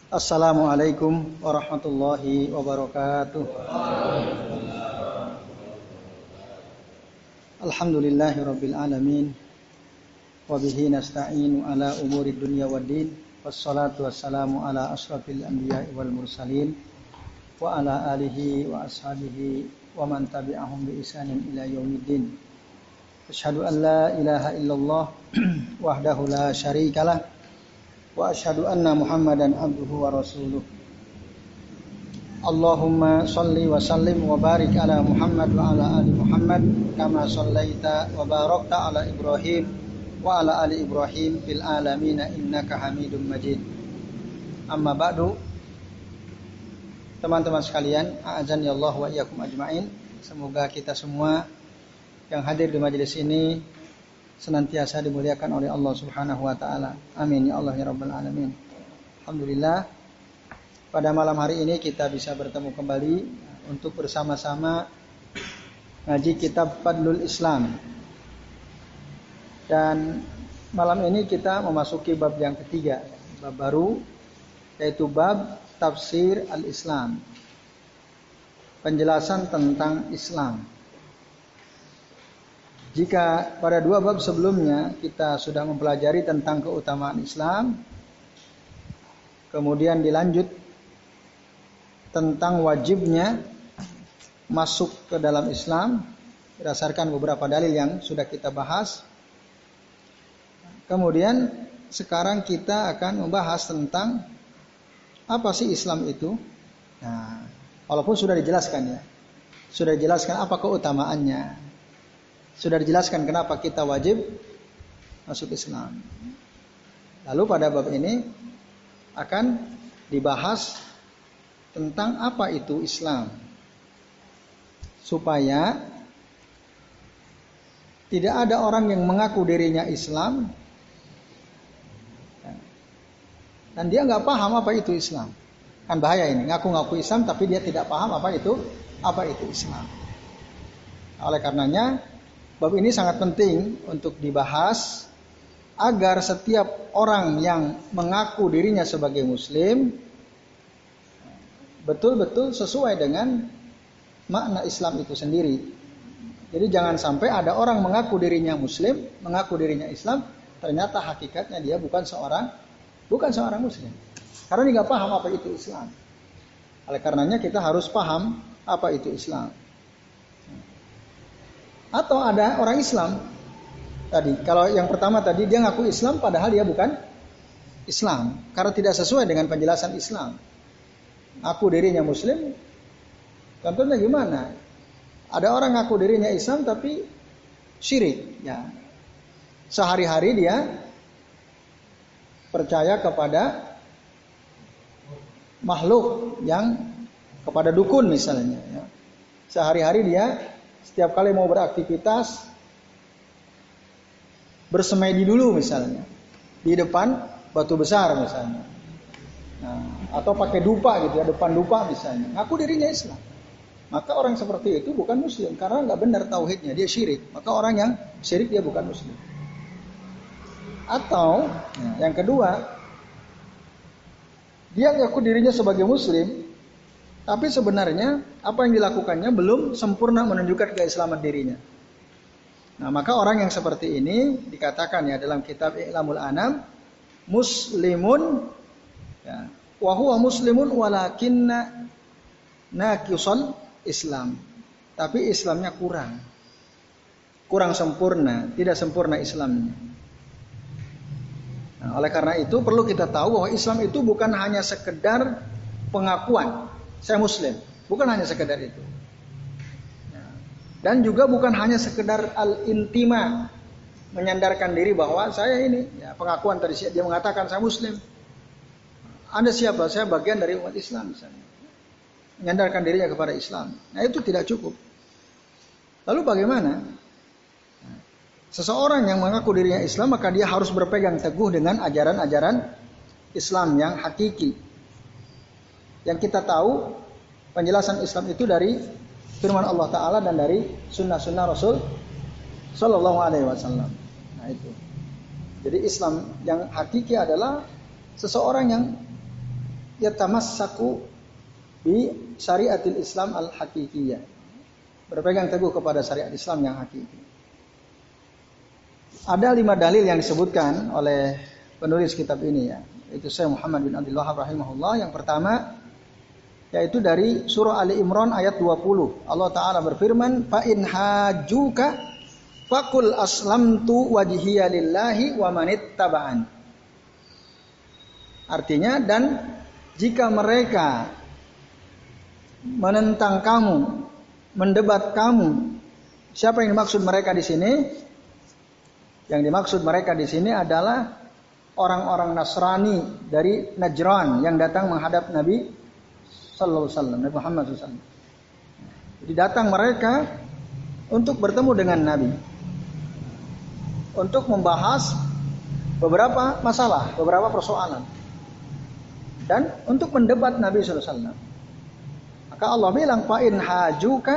Assalamualaikum warahmatullahi wabarakatuh. Alhamdulillahi rabbil alamin. Wa bihi nasta'inu ala umurid dunya waddin. Wassalatu wassalamu ala asrafil anbiya'i wal mursalin wa ala alihi wa ashabihi wa man tabi'ahum bi ihsanin ila yaumiddin. Asyhadu an la ilaha illallah wahdahu la syarikalah wa asyhadu anna Muhammadan abduhu wa rasuluh. Allahumma shalli wa sallim wa barik ala Muhammad wa ala ali Muhammad kama shallaita wa barakta ala Ibrahim wa ala ali Ibrahim fil alamin innaka Hamidum Majid. Amma ba'du. Teman-teman sekalian, a'azani Allah wa iyyakum ajmain. Semoga kita semua yang hadir di majelis ini senantiasa dimuliakan oleh Allah Subhanahu wa taala. Amin ya Allah ya rabbal alamin. Alhamdulillah, pada malam hari ini kita bisa bertemu kembali untuk bersama-sama ngaji kitab Fadlul Islam. Dan malam ini kita memasuki bab yang ketiga, bab baru, yaitu bab Tafsir Al-Islam. Penjelasan tentang Islam. Jika pada dua bab sebelumnya kita sudah mempelajari tentang keutamaan Islam, kemudian dilanjut tentang wajibnya masuk ke dalam Islam berdasarkan beberapa dalil yang sudah kita bahas. Kemudian sekarang kita akan membahas tentang apa sih Islam itu. Nah, walaupun sudah dijelaskan ya, sudah dijelaskan apa keutamaannya. Sudah dijelaskan kenapa kita wajib masuk Islam. Lalu pada bab ini akan dibahas tentang apa itu Islam. Supaya tidak ada orang yang mengaku dirinya Islam dan dia nggak paham apa itu Islam. Kan bahaya ini, ngaku-ngaku Islam tapi dia tidak paham apa itu Islam. Oleh karenanya bab ini sangat penting untuk dibahas agar setiap orang yang mengaku dirinya sebagai muslim betul-betul sesuai dengan makna Islam itu sendiri. Jadi jangan sampai ada orang mengaku dirinya muslim, mengaku dirinya Islam, ternyata hakikatnya dia bukan seorang muslim. Karena dia nggak paham apa itu Islam. Oleh karenanya kita harus paham apa itu Islam. Atau ada orang Islam tadi, kalau yang pertama tadi dia ngaku Islam padahal dia bukan Islam karena tidak sesuai dengan penjelasan Islam. Aku dirinya muslim, contohnya gimana? Ada orang ngaku dirinya Islam tapi syirik ya. Sehari-hari dia percaya kepada makhluk yang kepada dukun misalnya ya. Sehari-hari dia setiap kali mau beraktivitas bersemedi dulu misalnya di depan batu besar misalnya, nah, atau pakai dupa gitu ya, depan dupa misalnya, ngaku dirinya Islam. Maka orang seperti itu bukan muslim karena nggak benar tauhidnya, dia syirik. Maka orang yang syirik dia bukan muslim. Atau yang kedua, dia ngaku dirinya sebagai muslim tapi sebenarnya apa yang dilakukannya belum sempurna menunjukkan keislaman dirinya. Nah, maka orang yang seperti ini dikatakan ya dalam kitab I'lamul Anam, muslimun ya, wa huwa muslimun walakinna naqisal Islam. Tapi Islamnya kurang sempurna, tidak sempurna Islamnya. Nah, oleh karena itu perlu kita tahu bahwa Islam itu bukan hanya sekedar pengakuan saya muslim, bukan hanya sekedar itu. Dan juga bukan hanya sekedar al-intima, menyandarkan diri bahwa saya ini, ya, pengakuan tadi dia mengatakan saya muslim. Anda siapa? Saya bagian dari umat Islam misalnya. Menyandarkan dirinya kepada Islam. Nah, itu tidak cukup. Lalu bagaimana? Seseorang yang mengaku dirinya Islam maka dia harus berpegang teguh dengan ajaran-ajaran Islam yang hakiki. Yang kita tahu penjelasan Islam itu dari firman Allah Ta'ala dan dari sunnah-sunnah Rasul Sallallahu Alaihi Wasallam. Nah itu. Jadi Islam yang hakiki adalah seseorang yang yatamassaku bi syariatil Islam al-haqiqiyah. Berpegang teguh kepada syariat Islam yang hakiki. Ada 5 dalil yang disebutkan oleh penulis kitab ini ya. Itu Syekh Muhammad bin Abdul Wahhab rahimahullah. Yang pertama yaitu dari surah Ali Imran ayat 20. Allah Ta'ala berfirman, fa in hajuka faqul aslamtu wajhiya lillahi wa manittaba'an. Artinya, dan jika mereka menentang kamu, mendebat kamu, siapa yang dimaksud mereka di sini? Yang dimaksud mereka di sini adalah orang-orang Nasrani dari Najran yang datang menghadap Nabi Sallallahu Alaihi Wasallam, Nabi Muhammad SAW. Jadi datang mereka untuk bertemu dengan Nabi, untuk membahas beberapa masalah, beberapa persoalan, dan untuk mendebat Nabi Sallallahu Alaihi Wasallam. Maka Allah bilang, fa in hajuka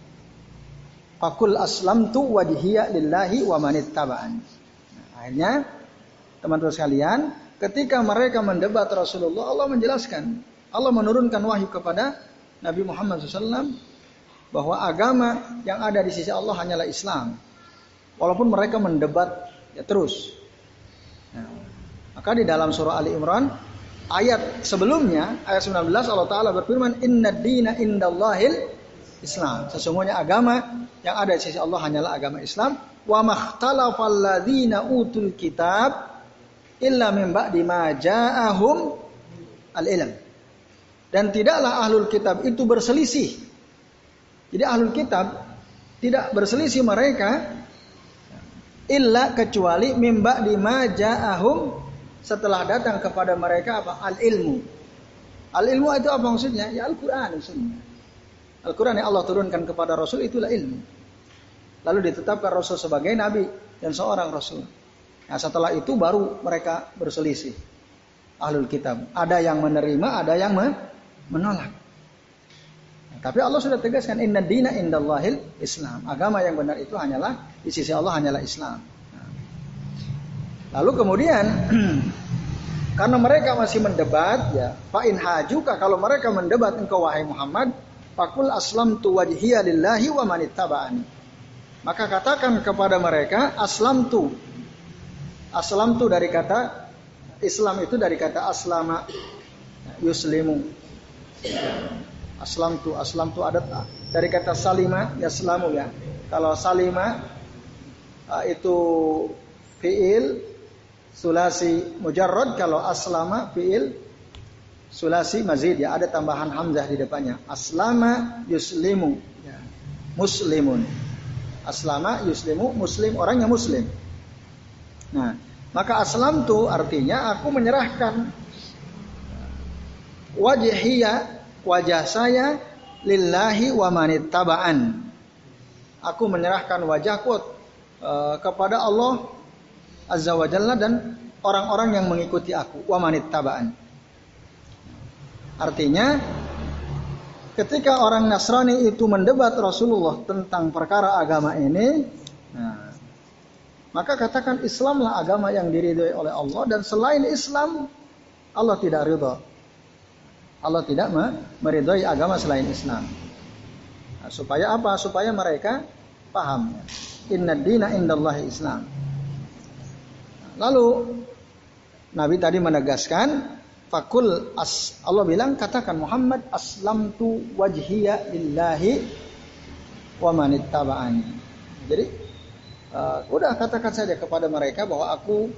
faqul aslamtu wajhiya lillahi wa manittaba'an. Akhirnya teman-teman sekalian, ketika mereka mendebat Rasulullah, Allah menjelaskan, Allah menurunkan wahyu kepada Nabi Muhammad SAW bahwa agama yang ada di sisi Allah hanyalah Islam. Walaupun mereka mendebat ya terus. Nah, maka di dalam surah Ali Imran ayat sebelumnya, ayat 19, Allah Ta'ala berfirman, inna dina indallahil Islam. Sesungguhnya agama yang ada di sisi Allah hanyalah agama Islam. Wa makhtalafal ladzina utul kitab illa min ba'di ma ja'ahum al-ilm. Dan tidaklah ahlul kitab itu berselisih. Jadi ahlul kitab tidak berselisih mereka illa kecuali min ba'di ma ja'ahum, setelah datang kepada mereka apa? Al-ilmu. Al-ilmu itu apa maksudnya? Ya Al-Qur'an maksudnya. Al-Quran yang Allah turunkan kepada Rasul itulah ilmu. Lalu ditetapkan Rasul sebagai Nabi dan seorang Rasul. Nah setelah itu baru mereka berselisih. Ahlul kitab. Ada yang menerima, ada yang menolak. Nah, tapi Allah sudah tegaskan, inna dina indallahil Islam. Agama yang benar itu hanyalah, di sisi Allah hanyalah Islam. Nah. Lalu kemudian, karena mereka masih mendebat, ya, fa in hajuka, kalau mereka mendebat engkau wahai Muhammad, faqul aslamtu wajhiya lillahi wa manittaba'ani. Maka katakan kepada mereka aslamtu. Aslamtu dari kata Islam itu dari kata aslama yuslimu. Aslamtu ada dari kata salima yaslamu ya. Kalau salima itu fiil sulasi mujarrad, kalau aslama fiil sulasi mazid ya, ada tambahan hamzah di depannya. Aslama yuslimu ya. Muslimun. Aslama yuslimu, muslim, orangnya muslim. Nah, maka aslamtu artinya aku menyerahkan wajhiya, wajah saya, lillahi wa manittaba'an. Aku menyerahkan wajahku kepada Allah Azza wa Jalla dan orang-orang yang mengikuti aku, wa manittaba'an. Artinya ketika orang Nasrani itu mendebat Rasulullah tentang perkara agama ini, nah, maka katakan Islamlah agama yang diridhoi oleh Allah, dan selain Islam Allah tidak ridha. Allah tidak meridhoi agama selain Islam. Nah, supaya apa? Supaya mereka paham. Inna dina indallahi Islam. Lalu Nabi tadi menegaskan, fakul Allah bilang, katakan Muhammad aslamtu wajhiya lillahi wa manittaba'ani. Jadi udah katakan saja kepada mereka bahwa aku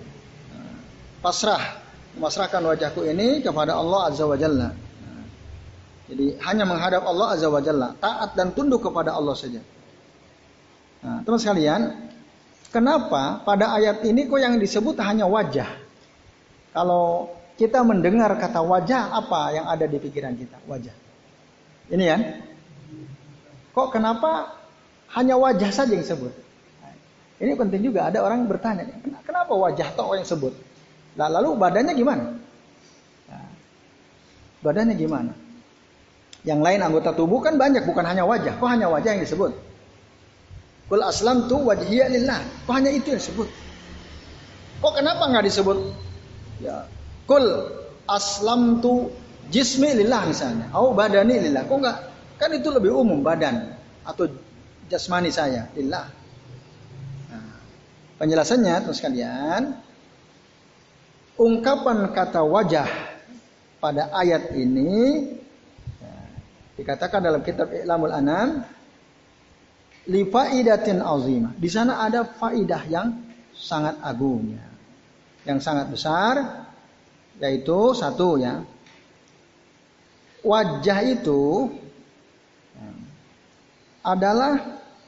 memasrahkan wajahku ini kepada Allah Azza wa Jalla. Jadi hanya menghadap Allah Azza wa Jalla, taat dan tunduk kepada Allah saja. Nah, teman sekalian, kenapa pada ayat ini kok yang disebut hanya wajah? Kalau kita mendengar kata wajah, apa yang ada di pikiran kita? Wajah. Ini kan? Kok kenapa hanya wajah saja yang disebut? Ini penting juga, ada orang bertanya, kenapa wajah toh yang disebut? Nah, lalu badannya gimana? Nah, badannya gimana? Yang lain anggota tubuh kan banyak, bukan hanya wajah. Kok hanya wajah yang disebut? Qul aslamtu wajhiya lillah. Kok hanya itu yang disebut? Kok kenapa nggak disebut? Ya, Qul aslamtu jismi lillah misalnya, au badani lillah. Kok enggak? Kan itu lebih umum, badan atau jasmani saya lillah. Nah, penjelasannya terus kalian, ungkapan kata wajah pada ayat ini dikatakan dalam kitab I'lamul Anam li faidatin azimah. Di sana ada faidah yang sangat agung ya. Yang sangat besar, yaitu satu ya. Wajah itu adalah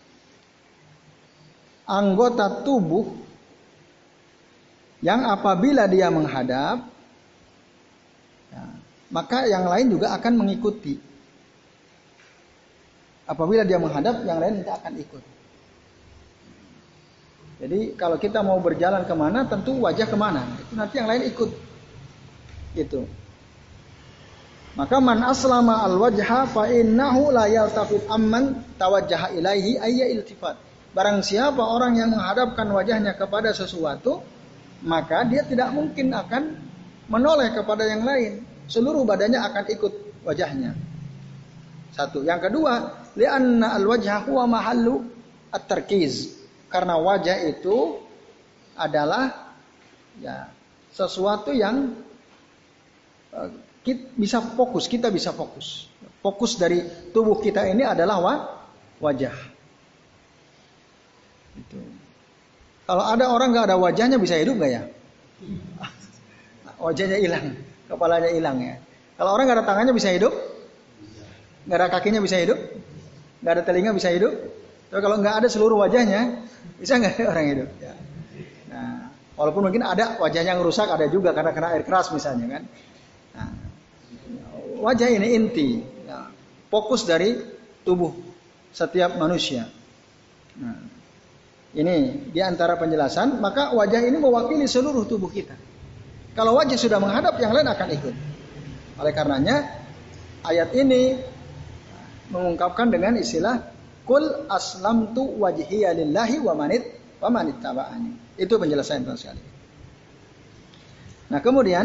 anggota tubuh yang apabila dia menghadap, ya, maka yang lain juga akan mengikuti. Apabila dia menghadap, yang lain tidak akan ikut. Jadi kalau kita mau berjalan kemana, tentu wajah kemana. Nanti yang lain ikut. Gitu. Maka man aslama al-wajha fa innahu la yaltafit amman tawajjaha ilaihi ayya iltifat. Barang siapa orang yang menghadapkan wajahnya kepada sesuatu, maka dia tidak mungkin akan menoleh kepada yang lain. Seluruh badannya akan ikut wajahnya. Satu. Yang kedua, li'anna al-wajha huwa mahallu at-tarkiz. Karena wajah itu adalah ya sesuatu yang kita bisa fokus. Fokus dari tubuh kita ini adalah wajah. Gitu. Kalau ada orang nggak ada wajahnya bisa hidup nggak ya? Wajahnya hilang, kepalanya hilang ya. Kalau orang nggak ada tangannya bisa hidup? Nggak ada kakinya bisa hidup? Nggak ada telinga bisa hidup? Tapi kalau nggak ada seluruh wajahnya, bisa nggak orang hidup? Ya. Nah, walaupun mungkin ada wajahnya yang rusak, ada juga karena kena air keras misalnya kan. Nah, wajah ini inti, ya, fokus dari tubuh setiap manusia. Nah, ini diantara penjelasan, maka wajah ini mewakili seluruh tubuh kita. Kalau wajah sudah menghadap, yang lain akan ikut. Oleh karenanya, ayat ini mengungkapkan dengan istilah Qul aslamtu wajhiya lillahi wa manit taba'ani. Itu penjelasan yang sekali. Nah kemudian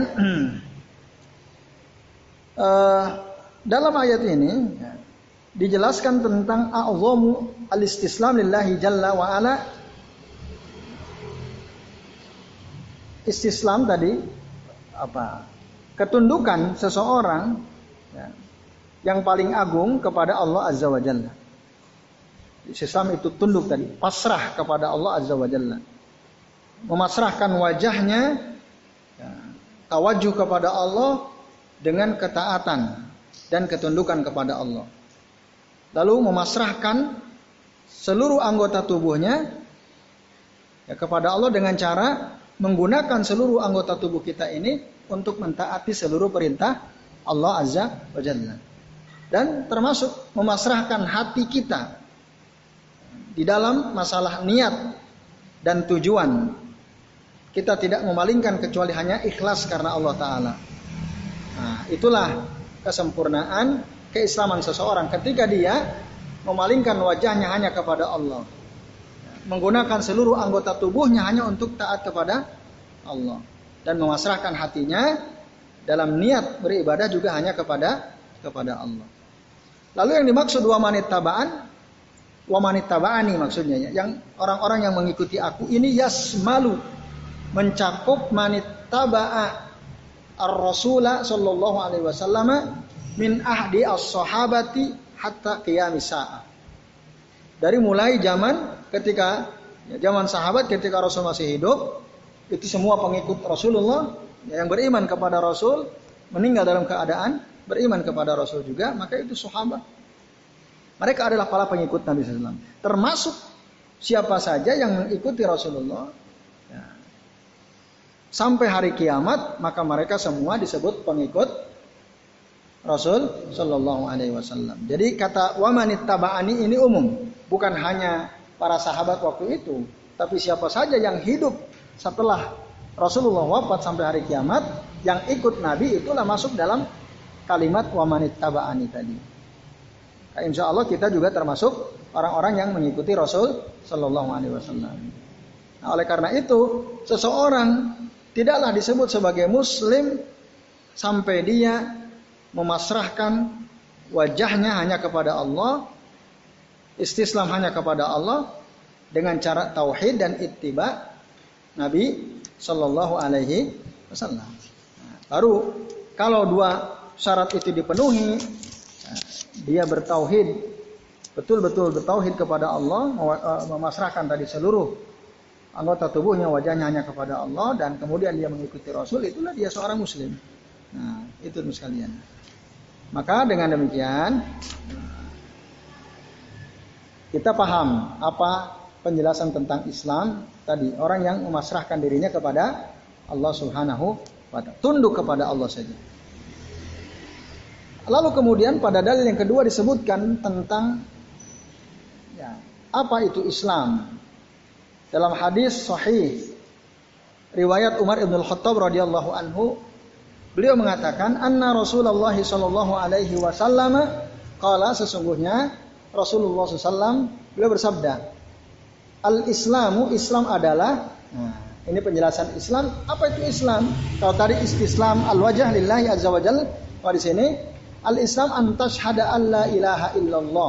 dalam ayat ini dijelaskan tentang a'zamu al-istislam lillahi jalla wa ala. Istislam tadi apa? Ketundukan seseorang ya, yang paling agung kepada Allah Azza wa Jalla. Istislam itu tunduk tadi, pasrah kepada Allah Azza wa Jalla. Memasrahkan wajahnya ya, tawajuh kepada Allah dengan ketaatan dan ketundukan kepada Allah. Lalu memasrahkan seluruh anggota tubuhnya ya, kepada Allah dengan cara menggunakan seluruh anggota tubuh kita ini untuk mentaati seluruh perintah Allah Azza wa Jalla. Dan termasuk memasrahkan hati kita di dalam masalah niat dan tujuan. Kita tidak memalingkan kecuali hanya ikhlas karena Allah Ta'ala. Nah, itulah kesempurnaan keislaman seseorang ketika dia memalingkan wajahnya hanya kepada Allah. Menggunakan seluruh anggota tubuhnya hanya untuk taat kepada Allah. Dan memasrahkan hatinya dalam niat beribadah juga hanya kepada Allah. Lalu yang dimaksud wa manit taba'ani maksudnya ya. Yang orang-orang yang mengikuti aku ini yasmalu, mencakup manit taba'a ar-rasula sallallahu alaihi wasallam min ahdi as-sahabati hatta qiyamis sa'ah. Dari mulai zaman sahabat ketika Rasul masih hidup, itu semua pengikut Rasulullah yang beriman kepada Rasul, meninggal dalam keadaan beriman kepada Rasul juga, maka itu sahabat. Mereka adalah para pengikut Nabi SAW. Termasuk siapa saja yang mengikuti Rasulullah ya, sampai hari kiamat, maka mereka semua disebut pengikut Rasul Sallallahu Alaihi Wasallam. Jadi kata wamanit taba'ani ini umum, bukan hanya para sahabat waktu itu, tapi siapa saja yang hidup setelah Rasulullah wafat sampai hari kiamat, yang ikut Nabi itulah masuk dalam kalimat wamanit taba'ani tadi. Insya Allah kita juga termasuk orang-orang yang mengikuti Rasul Sallallahu Alaihi Wasallam. Nah, oleh karena itu, seseorang tidaklah disebut sebagai Muslim sampai dia memasrahkan wajahnya hanya kepada Allah, istislam hanya kepada Allah dengan cara tauhid dan ittiba Nabi Shallallahu Alaihi Wasallam. Baru kalau dua syarat itu dipenuhi, dia bertauhid, betul-betul bertauhid kepada Allah, memasrahkan tadi seluruh anggota tubuhnya, wajahnya hanya kepada Allah, dan kemudian dia mengikuti Rasul, itulah dia seorang Muslim. Nah, itu sekalian. Maka dengan demikian kita paham apa penjelasan tentang Islam tadi. Orang yang memasrahkan dirinya kepada Allah Subhanahu wa ta'ala, tunduk kepada Allah saja. Lalu kemudian pada dalil yang kedua disebutkan tentang apa itu Islam. Dalam hadis sahih riwayat Umar ibn al-Khattab radhiyallahu anhu, beliau mengatakan anna Rasulullah sallallahu alaihi wasallam qala, sesungguhnya Rasulullah SAW beliau bersabda, al-Islamu, Islam adalah, ini penjelasan Islam. Apa itu Islam? Kalau tadi istislam al-wajh lillahi azza wa jalla, kalau di sini al-Islam an tashhada an la ilaha illallah.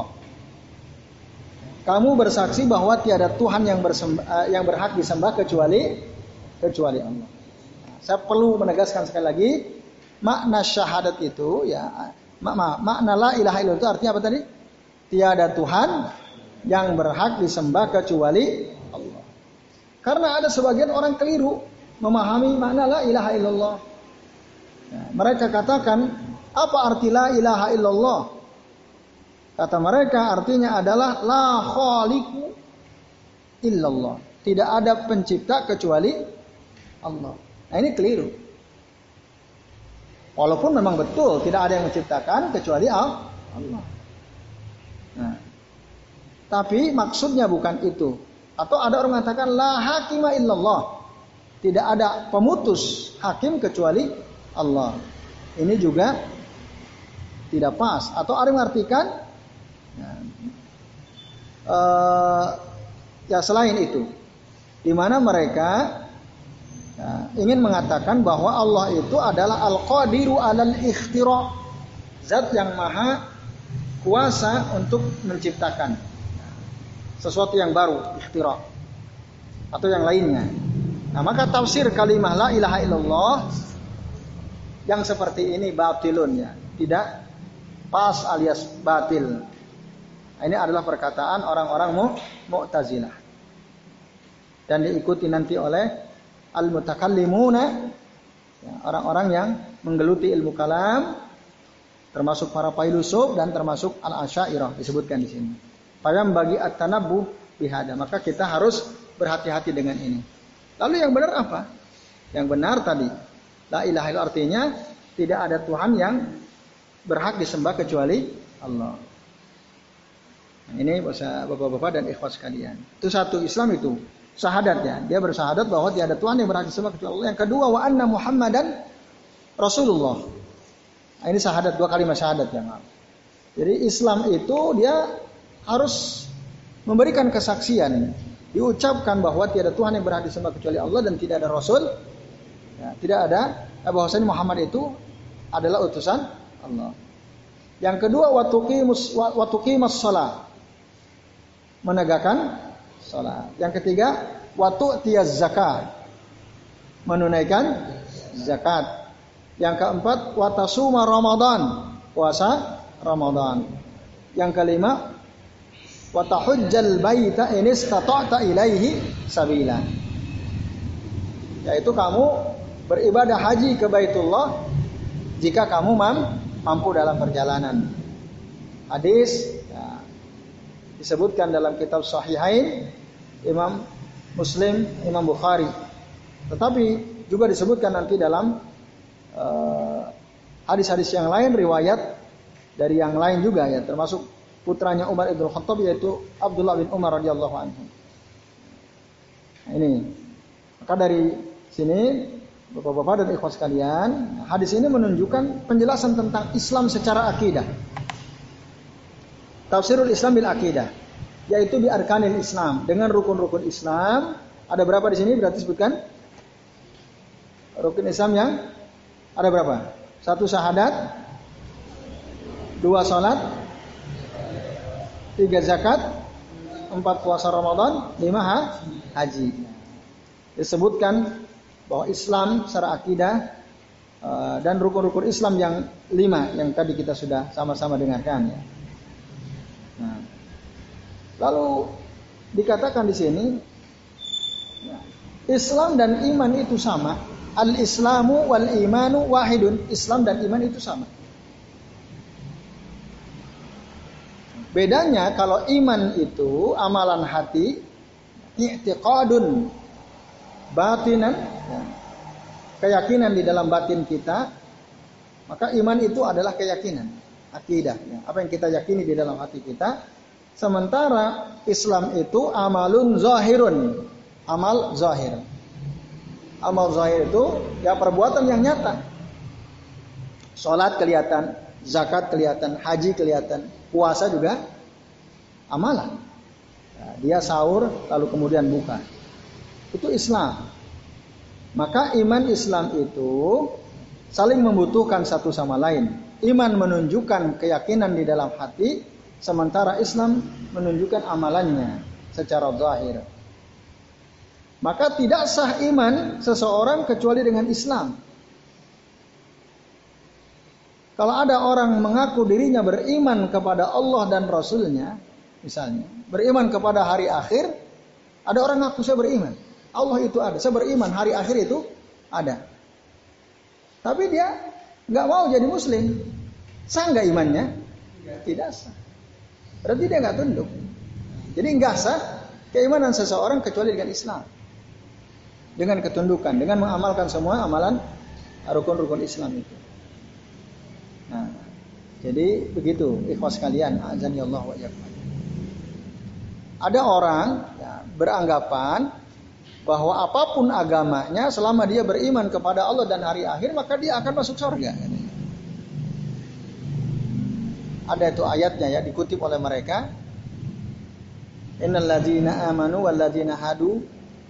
Kamu bersaksi bahwa tiada Tuhan yang berhak disembah kecuali Allah. Saya perlu menegaskan sekali lagi, makna syahadat itu makna la ilaha illallah itu artinya apa tadi? Tiada Tuhan yang berhak disembah kecuali Allah. Karena ada sebagian orang keliru memahami makna la ilaha illallah. Mereka katakan, apa arti la ilaha illallah? Kata mereka artinya adalah la khaliqu illallah. Tidak ada pencipta kecuali Allah. Nah, ini keliru. Walaupun memang betul tidak ada yang menciptakan kecuali Allah. Nah, tapi maksudnya bukan itu. Atau ada orang mengatakan la hakima illallah. Tidak ada pemutus hakim kecuali Allah. Ini juga tidak pas. Atau ada yang mengartikan selain itu, di mana mereka ingin mengatakan bahwa Allah itu adalah al-qadiru alal ikhtira, zat yang maha kuasa untuk menciptakan sesuatu yang baru, ikhtira, atau yang lainnya. Nah, maka tafsir kalimah la ilaha illallah yang seperti ini batilun, tidak pas alias batil. Ini adalah perkataan orang-orang Mu'tazilah. Dan diikuti nanti oleh al-mutakallimuna, orang-orang yang menggeluti ilmu kalam, termasuk para filosof dan termasuk al-Asy'ariyah disebutkan di sini. Payam bagi at-tanabbuh bihada. Maka kita harus berhati-hati dengan ini. Lalu yang benar apa? Yang benar tadi, la ilaha illallah artinya tidak ada Tuhan yang berhak disembah kecuali Allah. Ini bapak-bapak dan ikhwas sekalian. Itu satu, Islam itu syahadatnya. Dia bersyahadat bahwa tiada Tuhan yang berhak disembah kecuali Allah. Yang kedua, wa anna Muhammadan Rasulullah. Nah, ini syahadat, dua kalimat syahadat ya, maaf. Jadi Islam itu dia harus memberikan kesaksian, diucapkan bahwa tiada Tuhan yang berhak disembah kecuali Allah dan tidak ada Rasul. Tidak ada bahwasanya Muhammad itu adalah utusan Allah. Yang kedua, wa tuqimus shalah, menegakkan salat. Yang ketiga, wa tu'tiyaz zakat, menunaikan zakat. Yang keempat, wa tasuma Ramadan, puasa Ramadan. Yang kelima, wa tahujjal baita in istata'ta ilaihi sabila, yaitu kamu beribadah haji ke Baitullah jika kamu mampu dalam perjalanan. Hadis disebutkan dalam kitab Sahihain Imam Muslim, Imam Bukhari. Tetapi juga disebutkan nanti dalam hadis-hadis yang lain, riwayat dari yang lain juga ya, termasuk putranya Umar ibn Khattab yaitu Abdullah bin Umar radhiyallahu anhu. Nah, ini. Maka dari sini Bapak-bapak dan ikhwas sekalian, hadis ini menunjukkan penjelasan tentang Islam secara akidah. Tafsirul Islam bil akidah, yaitu bi arkanil Islam, dengan rukun-rukun Islam. Ada berapa di sini? Berarti sebutkan rukun Islam yang ada berapa? Satu syahadat, 2 salat, 3 zakat, 4 puasa Ramadan, 5 haji. Disebutkan bahwa Islam secara akidah dan rukun-rukun Islam yang 5 yang tadi kita sudah sama-sama dengarkan ya. Nah, lalu dikatakan di sini Islam dan iman itu sama. Al-Islamu wal imanu wahidun. Islam dan iman itu sama. Bedanya kalau iman itu amalan hati, i'tiqadun batinan, keyakinan di dalam batin kita, maka iman itu adalah keyakinan, akidah, apa yang kita yakini di dalam hati kita. Sementara Islam itu amalun zahirun, amal zahir. Amal zahir itu ya perbuatan yang nyata. Salat kelihatan, zakat kelihatan, haji kelihatan, puasa juga amalan. Nah, dia sahur lalu kemudian buka. Itu Islam. Maka iman Islam itu saling membutuhkan satu sama lain. Iman menunjukkan keyakinan di dalam hati, sementara Islam menunjukkan amalannya secara zahir. Maka tidak sah iman seseorang kecuali dengan Islam. Kalau ada orang mengaku dirinya beriman kepada Allah dan Rasulnya, misalnya beriman kepada hari akhir, ada orang ngaku saya beriman, Allah itu ada, saya beriman hari akhir itu ada. Tapi dia nggak mau jadi Muslim, sah nggak imannya? Tidak sah. Berarti dia nggak tunduk. Jadi nggak sah keimanan seseorang kecuali dengan Islam, dengan ketundukan, dengan mengamalkan semua amalan rukun-rukun Islam itu. Nah, jadi begitu ikhwas sekalian, azani Allah wa iyyakum. Ada orang ya, beranggapan bahwa apapun agamanya selama dia beriman kepada Allah dan hari akhir maka dia akan masuk surga. Ada itu ayatnya ya, dikutip oleh mereka. Innal ladzina amanu wal ladzina hadu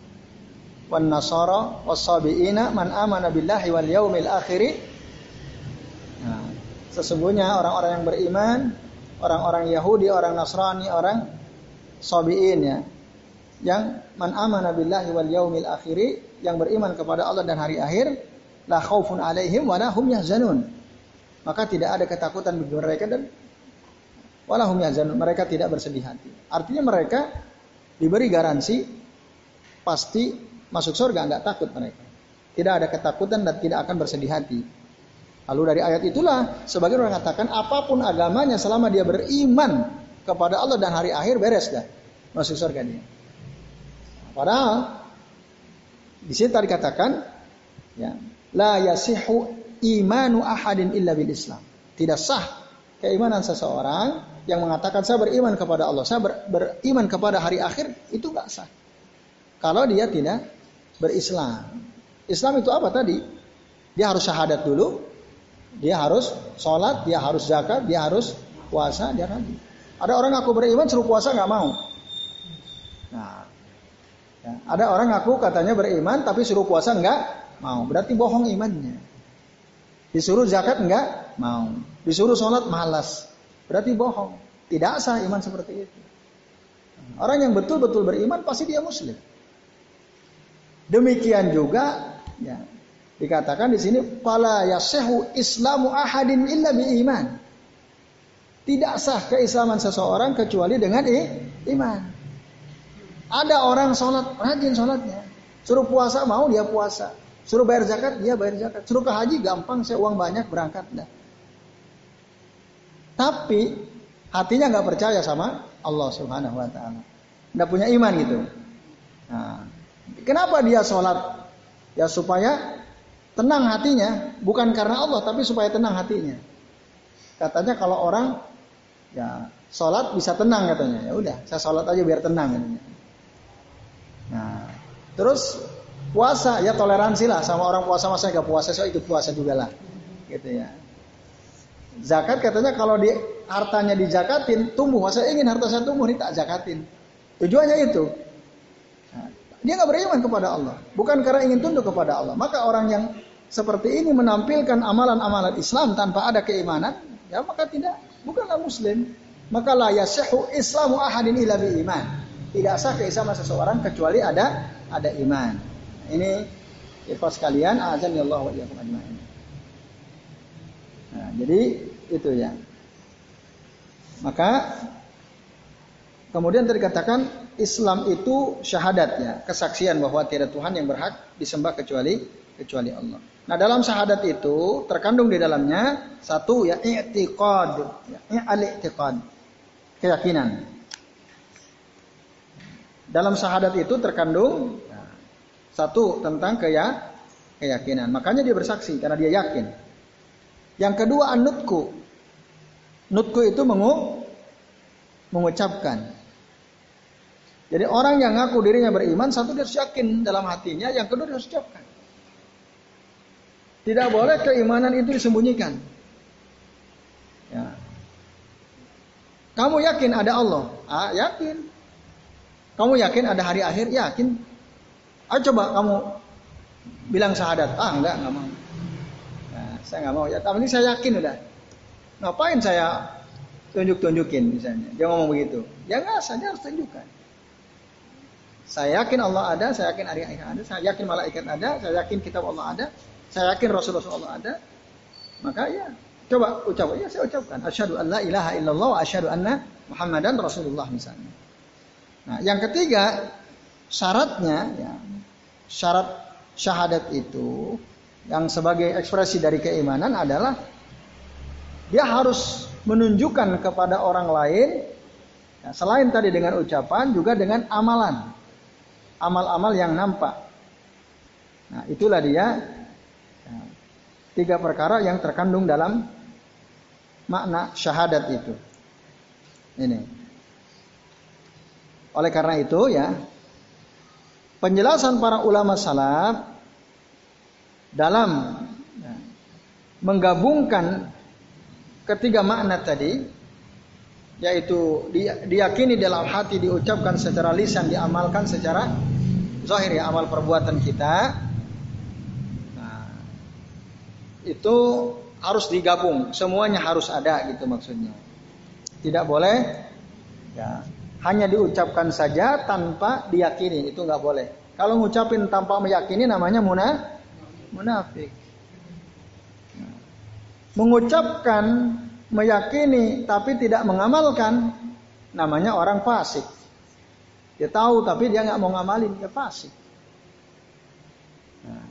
wan nasara was-sabiina man amana billahi wal yaumil akhir. Nah, sesungguhnya orang-orang yang beriman, orang-orang Yahudi, orang Nasrani, orang Sabiin ya, yang man amana billahi wal yaumil akhir, yang beriman kepada Allah dan hari akhir, la khaufun alaihim wa la hum yahzanun. Maka tidak ada ketakutan bagi mereka dan wala hum yahzanun, mereka tidak bersedih hati. Artinya mereka diberi garansi pasti masuk surga, enggak takut mereka. Tidak ada ketakutan dan tidak akan bersedih hati. Lalu dari ayat itulah sebagian orang mengatakan apapun agamanya selama dia beriman kepada Allah dan hari akhir beres dah, masuk surga dia. Padahal di sini tadi katakan ya, la yasihu imanu ahadin illa bil Islam. Tidak sah keimanan seseorang yang mengatakan saya beriman kepada Allah, saya beriman kepada hari akhir, itu enggak sah. Kalau dia tidak berislam. Islam itu apa tadi? Dia harus syahadat dulu. Dia harus sholat, dia harus zakat, dia harus puasa, dia haji. Ada orang ngaku beriman suruh puasa nggak mau. Nah, ya, ada orang ngaku katanya beriman tapi suruh puasa nggak mau. Berarti bohong imannya. Disuruh zakat nggak mau. Disuruh sholat malas. Berarti bohong. Tidak sah iman seperti itu. Orang yang betul-betul beriman pasti dia Muslim. Demikian juga ya, dikatakan di sini fala yasihu islamu ahadin illa bi iman. Tidak sah keislaman seseorang kecuali dengan iman. Ada orang sholat, rajin sholatnya. Suruh puasa mau dia puasa. Suruh bayar zakat dia bayar zakat. Suruh ke haji gampang, saya uang banyak berangkat dah. Tapi hatinya nggak percaya sama Allah Subhanahu Wa Taala. Nggak punya iman gitu. Nah, kenapa dia sholat? Ya supaya tenang hatinya, bukan karena Allah, tapi supaya tenang hatinya. Katanya kalau orang ya sholat bisa tenang katanya. Ya udah, saya sholat aja biar tenang katanya. Nah, terus puasa ya toleransi lah sama orang puasa, masa nggak puasa saya ikut puasa juga lah, gitu ya. Zakat katanya kalau di hartanya dijakatin tumbuh, masa ingin harta saya tumbuh nih tak zakatin. Tujuannya itu. Nah, dia nggak beriman kepada Allah, bukan karena ingin tunduk kepada Allah. Maka orang yang seperti ini menampilkan amalan-amalan Islam tanpa ada keimanan, ya maka bukanlah muslim. Maka la yasihu islamu ahadin illa bi iman. Tidak sah keislaman seseorang kecuali ada iman. Ini ikhwas sekalian, azan ya Allah wa iyyakum ajmain. Nah, jadi itu ya. Maka kemudian tadi katakan Islam itu syahadat ya, kesaksian bahwa tiada Tuhan yang berhak disembah kecuali Allah. Nah, dalam syahadat itu terkandung di dalamnya satu ya i'tiqad, ya al-i'tiqad, keyakinan. Dalam syahadat itu terkandung satu tentang keyakinan. Makanya dia bersaksi karena dia yakin. Yang kedua an-nutku. Nutku itu mengucapkan. Jadi orang yang ngaku dirinya beriman, satu dia harus yakin dalam hatinya, yang kedua dia harus ucapkan. Tidak boleh keimanan itu disembunyikan. Ya. Kamu yakin ada Allah? Yakin. Kamu yakin ada hari akhir? Yakin. Ayo coba kamu bilang syahadat. Enggak mau. Nah, saya nggak mau. Ya, tapi saya yakin udah. Ngapain saya tunjukin misalnya? Dia ngomong begitu. Ya nggak, saya harus tunjukkan. Saya yakin Allah ada, saya yakin hari akhir ada, saya yakin malaikat ada, saya yakin kitab Allah ada, saya yakin Rasulullah ada. Maka ya, coba ucap. Ya saya ucapkan. Asyhadu an la ilaha illallah wa asyhadu anna Muhammadan Rasulullah misalnya. Nah, yang ketiga syaratnya ya, syarat syahadat itu yang sebagai ekspresi dari keimanan adalah dia harus menunjukkan kepada orang lain ya, selain tadi dengan ucapan juga dengan amalan. Amal-amal yang nampak. Nah, itulah dia ya, 3 perkara yang terkandung dalam makna syahadat itu. Ini. Oleh karena itu ya, penjelasan para ulama salaf dalam ya, menggabungkan ketiga makna tadi, yaitu diyakini dalam hati, diucapkan secara lisan, diamalkan secara zahir ya, amal perbuatan kita. Nah, itu harus digabung, semuanya harus ada gitu maksudnya. Tidak boleh ya, hanya diucapkan saja tanpa diyakini, itu nggak boleh. Kalau ngucapin tanpa meyakini namanya munafik. Mengucapkan, meyakini tapi tidak mengamalkan namanya orang fasik. Dia tahu tapi dia nggak mau ngamalin, dia fasik. Nah.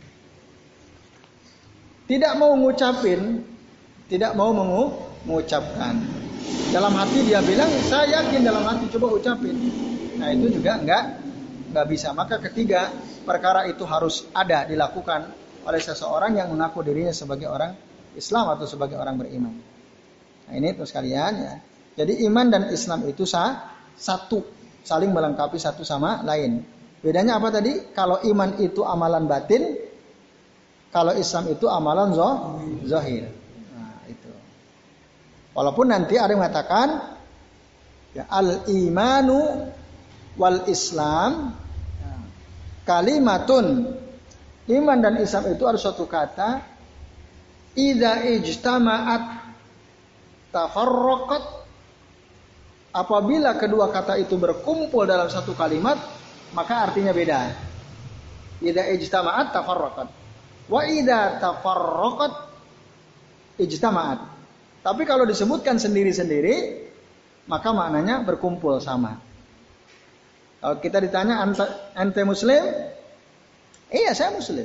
Tidak mau ngucapin, tidak mau mengucapkan. Dalam hati dia bilang saya yakin, dalam hati coba ucapin. Nah itu juga nggak bisa. Maka ketiga perkara itu harus ada dilakukan oleh seseorang yang mengaku dirinya sebagai orang Islam atau sebagai orang beriman. Nah ini terus kalian ya. Jadi iman dan Islam itu satu, saling melengkapi satu sama lain. Bedanya apa tadi? Kalau iman itu amalan batin, kalau Islam itu amalan zahir. Nah itu. Walaupun nanti ada yang mengatakan ya, al-imanu wal Islam kalimatun. Iman dan Islam itu harus suatu kata. Idza ijtama'at tafarraqat, apabila kedua kata itu berkumpul dalam satu kalimat maka artinya beda. Idza ijtama'at tafarraqat wa idza tafarraqat ijtama'at. Tapi kalau disebutkan sendiri-sendiri maka maknanya berkumpul sama. Kalau kita ditanya ente muslim? Iya saya muslim.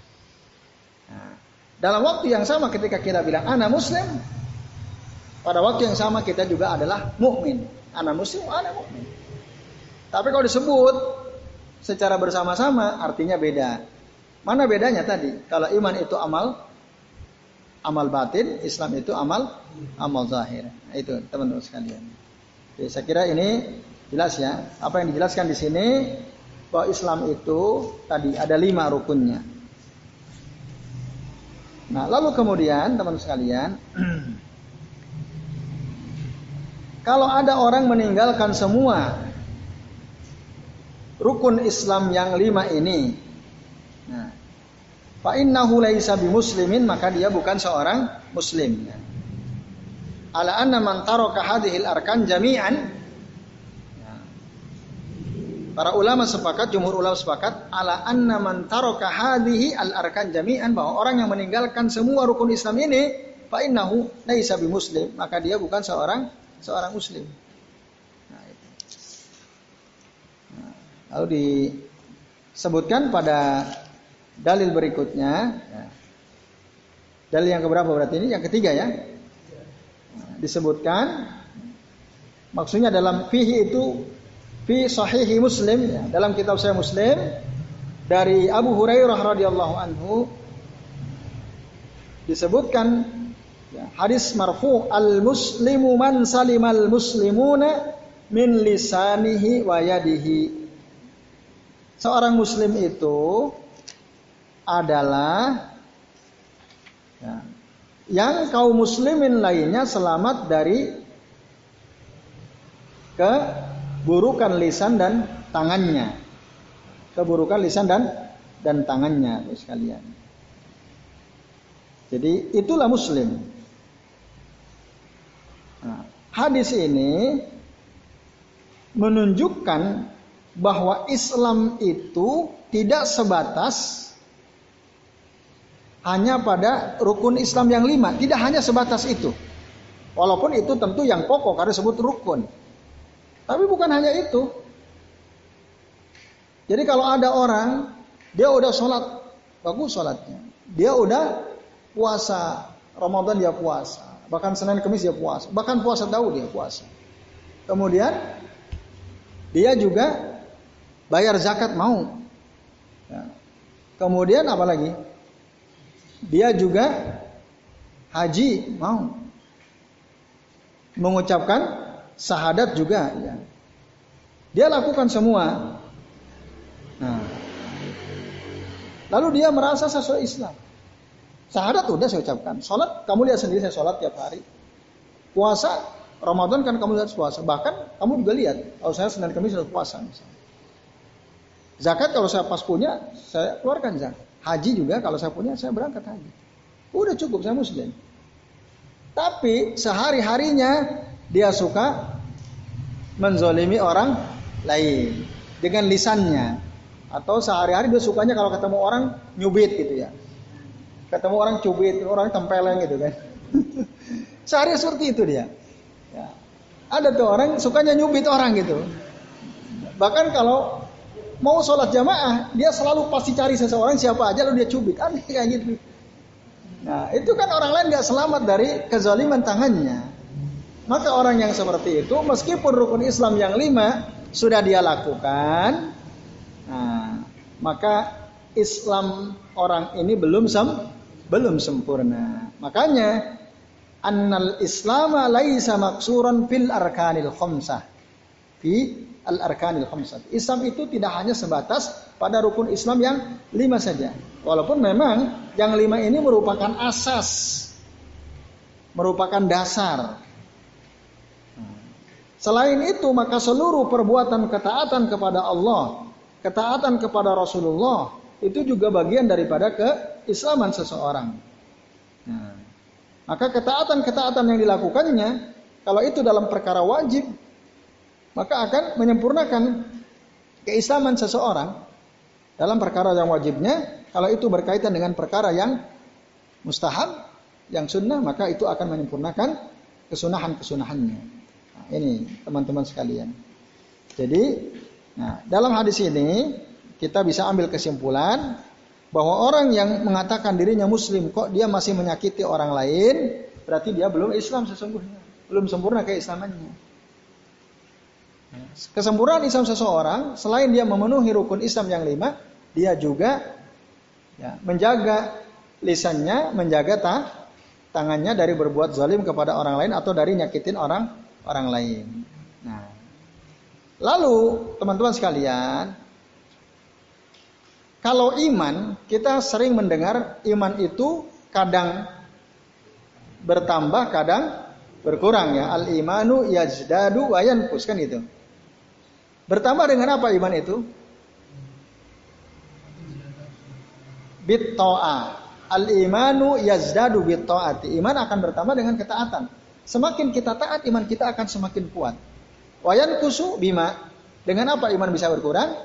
Dalam waktu yang sama ketika kita bilang ana muslim, pada waktu yang sama kita juga adalah mukmin. Ana muslim, ana mukmin. Tapi kalau disebut secara bersama-sama artinya beda. Mana bedanya tadi? Kalau iman itu amal batin, Islam itu amal zahir. Nah, itu teman-teman sekalian. Jadi, saya kira ini jelas ya. Apa yang dijelaskan di sini bahwa Islam itu tadi ada 5 rukunnya. Nah, lalu kemudian teman sekalian, kalau ada orang meninggalkan semua rukun Islam yang 5 ini, nah, fa innahu laisa bimuslimin, maka dia bukan seorang muslim. ala anna man taraka hadhil arkan jami'an. Para ulama sepakat, jumhur ulama sepakat, ala anna man taraka hadhihi al arkan jami'an, bahwa orang yang meninggalkan semua rukun Islam ini, fa innahu laisa bimuslim, maka dia bukan seorang muslim. Nah, itu. Lalu disebutkan pada dalil berikutnya, dalil yang keberapa berarti ini? Yang ketiga ya. Disebutkan, maksudnya dalam fihi itu fi sahihi Muslim, ya, dalam kitab Sahih Muslim dari Abu Hurairah radhiyallahu anhu disebutkan, ya, hadis marfu, al muslimu man salimal muslimuna min lisanihi wa yadihi. Seorang muslim itu adalah, ya, yang kaum muslimin lainnya selamat dari keburukan lisan dan tangannya. Keburukan lisan dan tangannya, sekalian. Jadi itulah muslim. Nah, hadis ini menunjukkan bahwa Islam itu tidak sebatas hanya pada rukun Islam yang 5. Tidak hanya sebatas itu. Walaupun itu tentu yang pokok karena disebut rukun. Tapi bukan hanya itu. Jadi kalau ada orang, dia udah sholat, bagus sholatnya. Dia udah puasa, Ramadan dia puasa. Bahkan Senin Kamis dia puasa. Bahkan puasa Daud dia puasa. Kemudian, dia juga bayar zakat mau. Ya. Kemudian apa lagi? Dia juga haji mau. Mengucapkan syahadat juga, ya. Dia lakukan semua. Nah, lalu dia merasa sesuai Islam. Syahadat udah saya ucapkan. Sholat, kamu lihat sendiri saya sholat tiap hari. Puasa, Ramadan kan kamu lihat puasa. Bahkan kamu juga lihat, kalau saya Senin Kamis sudah puasa misalnya. Zakat kalau saya pas punya, saya keluarkan zakat. Haji juga kalau saya punya, saya berangkat haji. Udah cukup, saya muslim. Tapi sehari-harinya dia suka menzolimi orang lain dengan lisannya, atau sehari-hari dia sukanya kalau ketemu orang nyubit gitu ya, ketemu orang cubit, orang tempeleng gitu kan. Sehari seperti itu dia. Ya. Ada tuh orang sukanya nyubit orang gitu. Bahkan kalau mau sholat jamaah, dia selalu pasti cari seseorang siapa aja lalu dia cubit, aneh kayak gitu. Nah itu kan orang lain gak selamat dari kezaliman tangannya. Maka orang yang seperti itu, meskipun rukun Islam yang 5 sudah dia lakukan, nah, maka Islam orang ini belum sempurna. Makanya annal Islama laisa maksuran fil arkanil khamsah. Fi al arkanil khamsah. Islam itu tidak hanya sebatas pada rukun Islam yang 5 saja. Walaupun memang yang 5 ini merupakan asas, merupakan dasar. Selain itu, maka seluruh perbuatan ketaatan kepada Allah, ketaatan kepada Rasulullah, itu juga bagian daripada keislaman seseorang. Nah, maka ketaatan-ketaatan yang dilakukannya, kalau itu dalam perkara wajib, maka akan menyempurnakan keislaman seseorang. Dalam perkara yang wajibnya, kalau itu berkaitan dengan perkara yang mustahab, yang sunnah, maka itu akan menyempurnakan kesunahan-kesunahannya. Nah, ini teman-teman sekalian. Jadi, nah, dalam hadis ini kita bisa ambil kesimpulan bahwa orang yang mengatakan dirinya muslim kok dia masih menyakiti orang lain, berarti dia belum Islam sesungguhnya, belum sempurna keislamannya. Kesempurnaan Islam seseorang selain dia memenuhi rukun Islam yang 5, dia juga ya, menjaga lisannya, menjaga tangannya dari berbuat zalim kepada orang lain atau dari nyakitin orang lain. Nah, lalu teman-teman sekalian, kalau iman, kita sering mendengar iman itu kadang bertambah, kadang berkurang ya. Al imanu yazdadu wa yanqus, kan itu. Bertambah dengan apa iman itu? Bit-ta'ah. Al imanu yazdadu bit-ta'ati. Iman akan bertambah dengan ketaatan. Semakin kita taat, iman kita akan semakin kuat. Wayan kusu bima. Dengan apa iman bisa berkurang?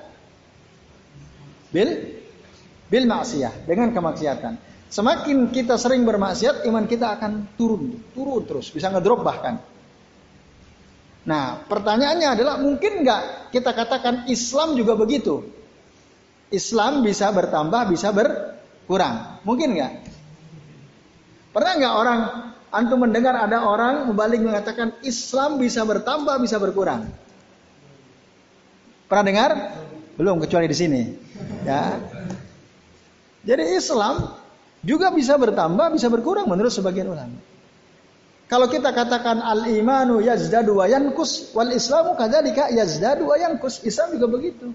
Bil maksiyah. Dengan kemaksiatan. Semakin kita sering bermaksiat, iman kita akan turun terus. Bisa ngedrop bahkan. Nah, pertanyaannya adalah mungkin nggak kita katakan Islam juga begitu? Islam bisa bertambah, bisa berkurang. Mungkin nggak? Pernah nggak orang antum mendengar ada orang membalik mengatakan Islam bisa bertambah, bisa berkurang? Pernah dengar? Belum, kecuali di sini. Ya. Jadi Islam juga bisa bertambah, bisa berkurang menurut sebagian ulama. Kalau kita katakan al-imanu yazdadu wa yankus, wal islamu kadzalika yazdadu wa yankus. Islam juga begitu.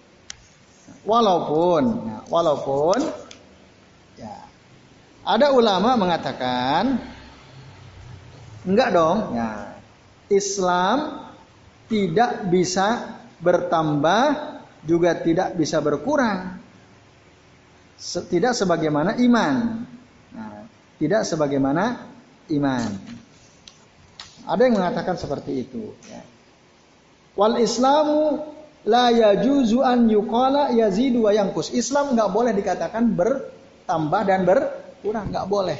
Walaupun ya, ada ulama mengatakan enggak dong, ya. Islam tidak bisa bertambah juga tidak bisa berkurang. Tidak sebagaimana iman. Nah, tidak sebagaimana iman. Ada yang mengatakan seperti itu. Ya. Wal Islamu la yajuzu an yuqala yazidu wa yanqus. Islam nggak boleh dikatakan bertambah dan berkurang, nggak boleh.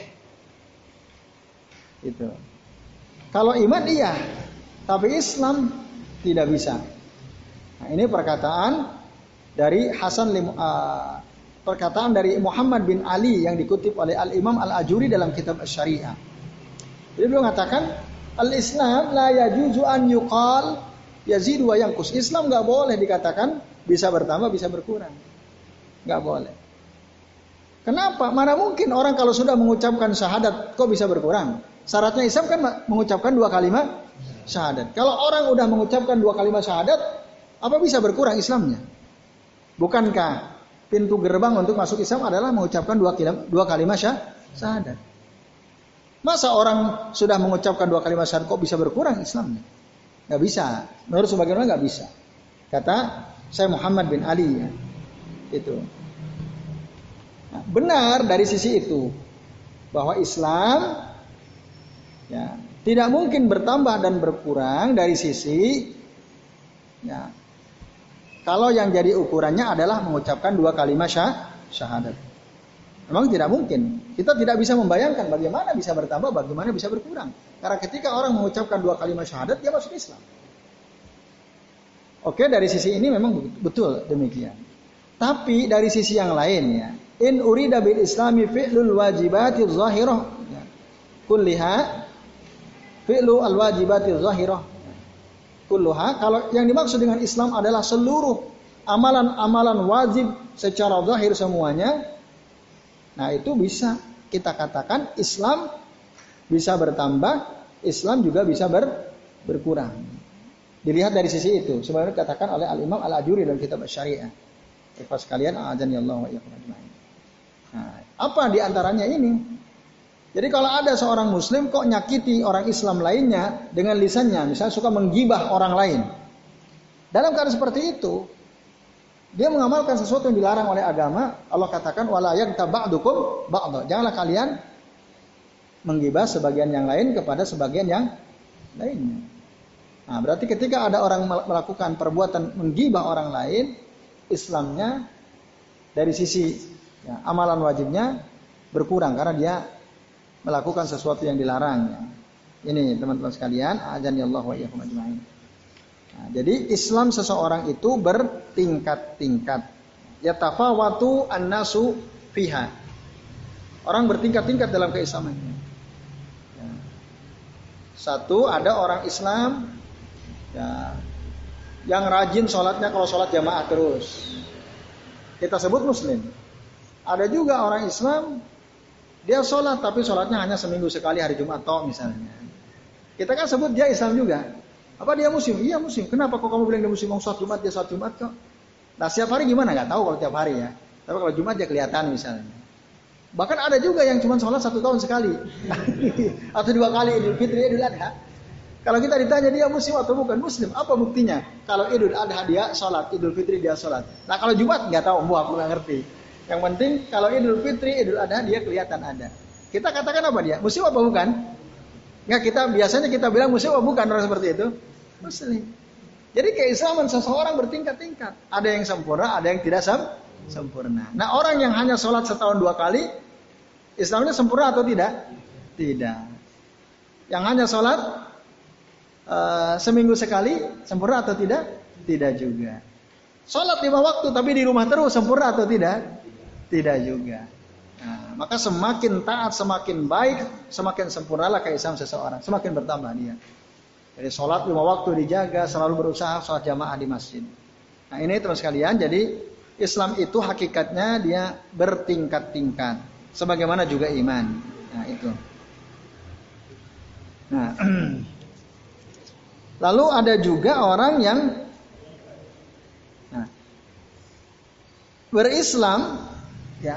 Itu. Kalau iman iya, tapi Islam tidak bisa. Nah, ini perkataan dari perkataan dari Muhammad bin Ali yang dikutip oleh Al-Imam Al-Ajuri dalam kitab Asy-Syariah. Jadi beliau mengatakan Al-Islam la yajuzu an yuqal yazidu wa yanqus. Islam enggak boleh dikatakan bisa bertambah, bisa berkurang. Enggak boleh. Kenapa? Mana mungkin orang kalau sudah mengucapkan syahadat kok bisa berkurang? Syaratnya Islam kan mengucapkan 2 kalimat syahadat. Kalau orang udah mengucapkan 2 kalimat syahadat, apa bisa berkurang Islamnya? Bukankah pintu gerbang untuk masuk Islam adalah mengucapkan 2 kalimat syahadat? Masa orang sudah mengucapkan 2 kalimat syahadat kok bisa berkurang Islamnya? Gak bisa. Menurut sebagian orang gak bisa. Kata saya Muhammad bin Ali ya. Itu. Nah, benar dari sisi itu bahwa Islam ya, tidak mungkin bertambah dan berkurang dari sisi ya, kalau yang jadi ukurannya adalah mengucapkan 2 kalimat syahadat. Memang tidak mungkin. Kita tidak bisa membayangkan bagaimana bisa bertambah, bagaimana bisa berkurang. Karena ketika orang mengucapkan 2 kalimat syahadat, dia masuk Islam. Oke, dari sisi ini memang betul demikian. Tapi dari sisi yang lainnya, in urida bil islami fi'lul wajibati zahirah. Kulliha fi'lu al wajibati zahirah. Kulluha, kalau yang dimaksud dengan Islam adalah seluruh amalan-amalan wajib secara zahir semuanya. Nah, itu bisa kita katakan Islam bisa bertambah, Islam juga bisa berkurang. Dilihat dari sisi itu, sebagaimana dikatakan oleh Al-Imam Al-Ajuri dalam kitab Asy-Syariah. Ikhwas sekalian, a'adzani Allah wa iyyakum ajmain. Nah, apa di antaranya ini? Jadi kalau ada seorang muslim kok nyakiti orang Islam lainnya dengan lisannya, misalnya suka menggibah orang lain. Dalam keadaan seperti itu, dia mengamalkan sesuatu yang dilarang oleh agama. Allah katakan wala yaghtab ba'dukum ba'dha. Janganlah kalian menggibah sebagian yang lain kepada sebagian yang lainnya. Nah, berarti ketika ada orang melakukan perbuatan menggibah orang lain, Islamnya dari sisi ya, amalan wajibnya berkurang karena dia melakukan sesuatu yang dilarang. Ini teman-teman sekalian, azani Allah wa iyyakum ajmain. Nah, jadi Islam seseorang itu bertingkat-tingkat. Yatafawatu an-nasu fiha. Orang bertingkat-tingkat dalam keislamannya. Ya. Satu, ada orang Islam ya, yang rajin sholatnya kalau sholat jamaah terus. Kita sebut muslim. Ada juga orang Islam dia sholat tapi sholatnya hanya seminggu sekali hari Jumat toh misalnya. Kita kan sebut dia Islam juga. Apa dia muslim? Iya muslim. Kenapa kok kamu bilang dia muslim? Sholat Jumat dia sholat Jumat kok. Nah setiap hari gimana? Gak tahu kalau tiap hari ya. Tapi kalau Jumat dia kelihatan misalnya. Bahkan ada juga yang cuma sholat 1 tahun sekali. Atau 2 kali Idul Fitri, Idul Adha. Kalau kita ditanya dia muslim atau bukan muslim, apa buktinya? Kalau Idul Adha dia sholat, Idul Fitri dia sholat. Nah kalau Jumat nggak tahu, aku nggak ngerti. Yang penting kalau Idul Fitri, Idul Adha dia kelihatan ada. Kita katakan apa dia? Muslim apa bukan? Nggak, biasanya kita bilang muslim, oh bukan orang seperti itu. Muslim. Jadi keislaman seseorang bertingkat-tingkat. Ada yang sempurna, ada yang tidak sempurna. Nah, orang yang hanya sholat setahun 2 kali, Islamnya sempurna atau tidak? Tidak. Yang hanya sholat seminggu sekali, sempurna atau tidak? Tidak juga. Sholat 5 waktu tapi di rumah terus, sempurna atau tidak? Tidak juga. Nah, maka semakin taat, semakin baik, semakin sempurnalah keislaman seseorang, semakin bertambah dia. Jadi sholat 5 waktu dijaga, selalu berusaha sholat jamaah di masjid. Nah ini teman sekalian, jadi Islam itu hakikatnya dia bertingkat-tingkat, sebagaimana juga iman. Nah itu. Nah, lalu ada juga orang yang berislam, ya,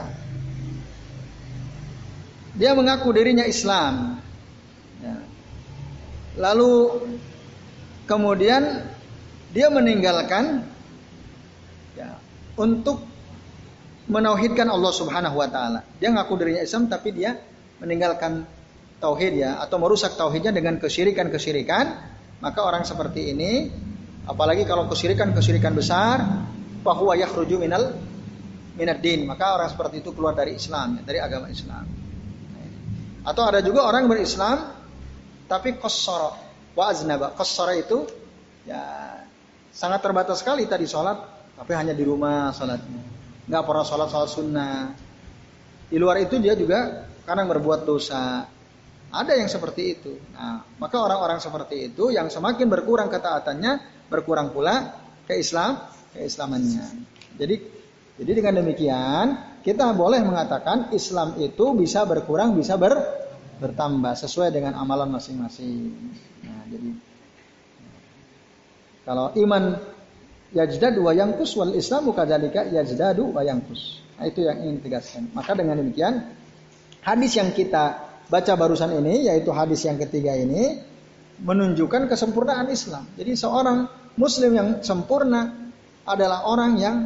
dia mengaku dirinya Islam, ya. Lalu kemudian dia meninggalkan, ya, untuk menauhidkan Allah Subhanahu Wa Taala. Dia mengaku dirinya Islam, tapi dia meninggalkan tauhid, ya, atau merusak tauhidnya dengan kesyirikan-kesyirikan. Maka orang seperti ini, apalagi kalau kesyirikan-kesyirikan besar, bahwa yakhruju minad din, maka orang seperti itu keluar dari Islam, dari agama Islam. Atau ada juga orang berislam tapi qassara wa aznaba. Qassara itu, ya, sangat terbatas sekali tadi sholat, tapi hanya di rumah sholatnya, nggak pernah sholat sunnah. Di luar itu dia juga kadang berbuat dosa. Ada yang seperti itu. Nah, maka orang-orang seperti itu yang semakin berkurang ketaatannya, berkurang pula keislamannya. Jadi dengan demikian kita boleh mengatakan Islam itu bisa berkurang, bisa bertambah sesuai dengan amalan masing-masing. Nah, jadi kalau iman yajdadu wa yanqus wal Islamu kadzalika yajdadu wa yanqus. Nah, itu yang ingin ditegaskan. Maka dengan demikian hadis yang kita baca barusan ini, yaitu hadis yang ketiga ini, menunjukkan kesempurnaan Islam. Jadi seorang muslim yang sempurna adalah orang yang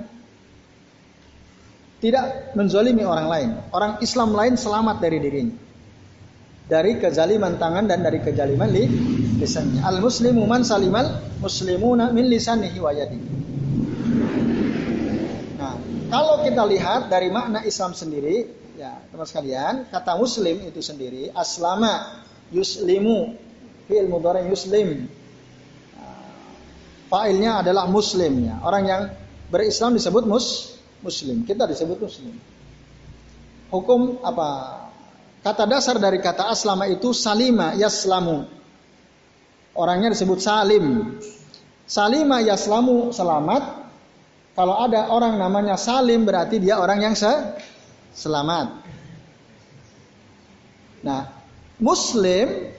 tidak menzalimi orang lain. Orang Islam lain selamat dari dirinya, dari kezaliman tangan dan dari kezaliman lisannya. Al muslimu man salimal muslimuna min lisanihi wa yadihi. Nah, kalau kita lihat dari makna Islam sendiri, ya teman sekalian, kata muslim itu sendiri aslama yuslimu, fi'il mudhari yuslim. Fa'ilnya adalah muslimnya. Orang yang berislam disebut muslim. Kita disebut muslim. Hukum apa? Kata dasar dari kata aslama itu salima yaslamu. Orangnya disebut salim. Salima yaslamu, selamat. Kalau ada orang namanya salim berarti dia orang yang selamat. Nah, muslim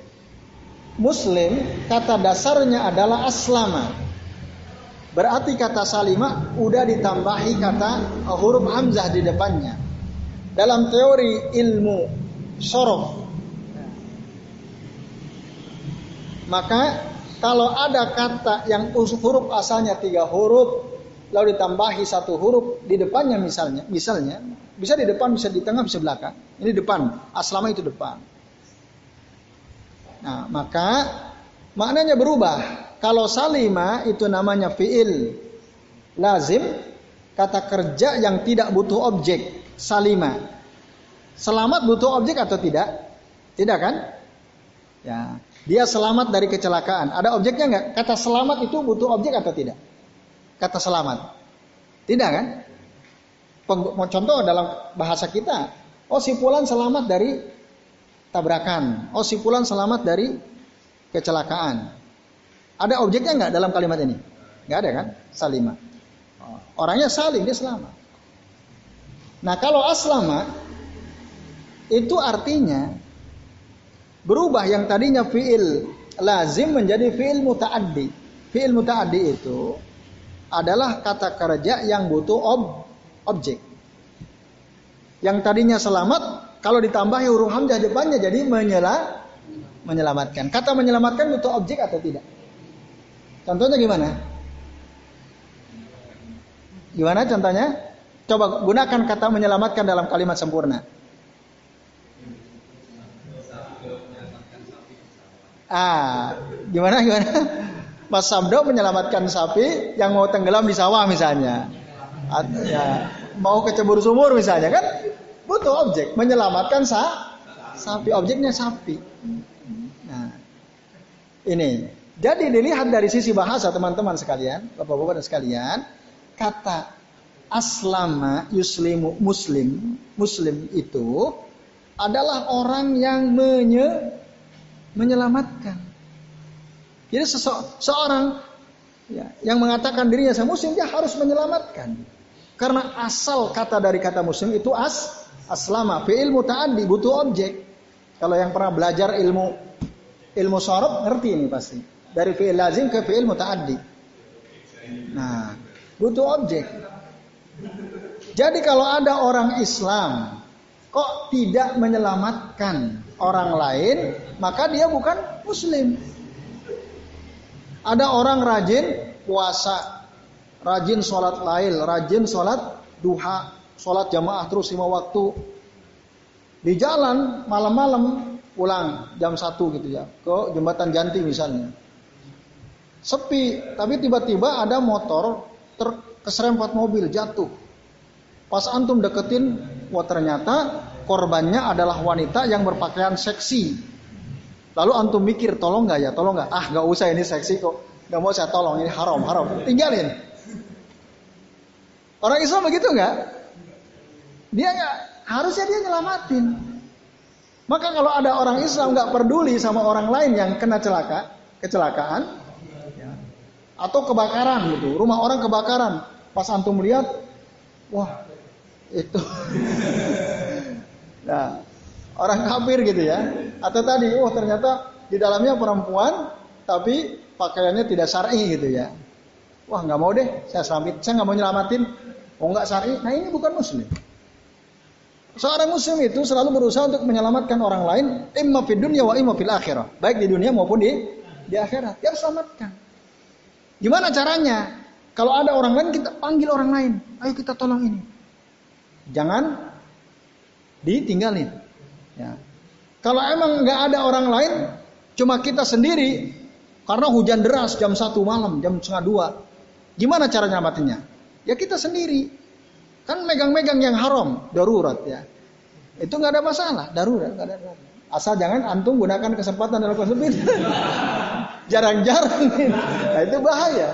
kata dasarnya adalah aslama. Berarti kata salima udah ditambahi kata huruf hamzah di depannya. Dalam teori ilmu shorof, maka kalau ada kata yang huruf asalnya 3 huruf, lalu ditambahi 1 huruf di depannya, misalnya bisa di depan, bisa di tengah, bisa belakang. Ini depan, aslama itu depan. Nah, maka maknanya berubah. Kalau salima itu namanya fi'il lazim, kata kerja yang tidak butuh objek, salima. Selamat butuh objek atau tidak? Tidak kan? Ya, dia selamat dari kecelakaan. Ada objeknya enggak? Kata selamat itu butuh objek atau tidak? Kata selamat. Tidak kan? Contoh dalam bahasa kita, oh si fulan selamat dari tabrakan. Oh si fulan selamat dari kecelakaan. Ada objeknya enggak dalam kalimat ini? Enggak ada kan? Salima. Orangnya salim, dia selamat. Nah, kalau aslama itu artinya berubah, yang tadinya fi'il lazim menjadi fi'il muta'addi. Fi'il muta'addi itu adalah kata kerja yang butuh objek. Yang tadinya selamat, kalau ditambahi huruf hamzah depannya jadi menyelamatkan. Kata menyelamatkan butuh objek atau tidak? Contohnya gimana? Gimana contohnya? Coba gunakan kata menyelamatkan dalam kalimat sempurna. Gimana? Mas Sabdo menyelamatkan sapi yang mau tenggelam di sawah misalnya. Ya, mau kecebur sumur misalnya kan butuh objek menyelamatkan sapi, objeknya sapi. Nah, ini. Jadi dilihat dari sisi bahasa teman-teman sekalian, Bapak-bapak dan sekalian, kata aslama yuslimu muslim itu adalah orang yang menyelamatkan. Jadi seorang yang mengatakan dirinya saya muslim, dia harus menyelamatkan. Karena asal kata dari kata muslim itu aslama, fi'il muta'addi, butuh objek. Kalau yang pernah belajar ilmu sharaf ngerti ini pasti. Dari fi'il lazim ke fi'il muta'addi. Nah, butuh objek. Jadi kalau ada orang Islam kok tidak menyelamatkan orang lain, maka dia bukan muslim. Ada orang rajin puasa, rajin sholat lail, rajin sholat duha, sholat jamaah terus 5 waktu. Di jalan malam-malam pulang jam 1 gitu ya, ke Jembatan Janti misalnya. Sepi, tapi tiba-tiba ada motor keserempet mobil jatuh. Pas antum deketin, wah ternyata korbannya adalah wanita yang berpakaian seksi. Lalu antum mikir, tolong nggak ya, tolong nggak? Nggak usah, ini seksi kok, nggak mau saya tolong, ini haram, tinggalin. Orang Islam begitu nggak? Dia nggak, harusnya dia nyelamatin. Maka kalau ada orang Islam nggak peduli sama orang lain yang kena kecelakaan, atau kebakaran gitu, rumah orang kebakaran, pas antum lihat, wah itu, nah. Orang kafir gitu ya. Atau tadi, ternyata di dalamnya perempuan, tapi pakaiannya tidak syar'i gitu ya. Wah nggak mau deh, saya nggak mau nyelamatin. Nggak syar'i. Nah ini bukan muslim. Seorang muslim itu selalu berusaha untuk menyelamatkan orang lain, imma fid dunya wa imma fil akhirah. Baik di dunia maupun di akhirat. Dia harus selamatkan. Gimana caranya? Kalau ada orang lain, kita panggil orang lain. Ayo kita tolong ini. Jangan ditinggalin. Ya. Kalau emang nggak ada orang lain, cuma kita sendiri, karena hujan deras jam 1 malam, jam 1:30, gimana cara nyelamatinnya? Ya kita sendiri, kan megang-megang yang haram, darurat ya, itu nggak ada masalah, darurat, nggak ada. Asal jangan antum gunakan kesempatan dalam kesempatan, jarang-jarang, nah itu bahaya.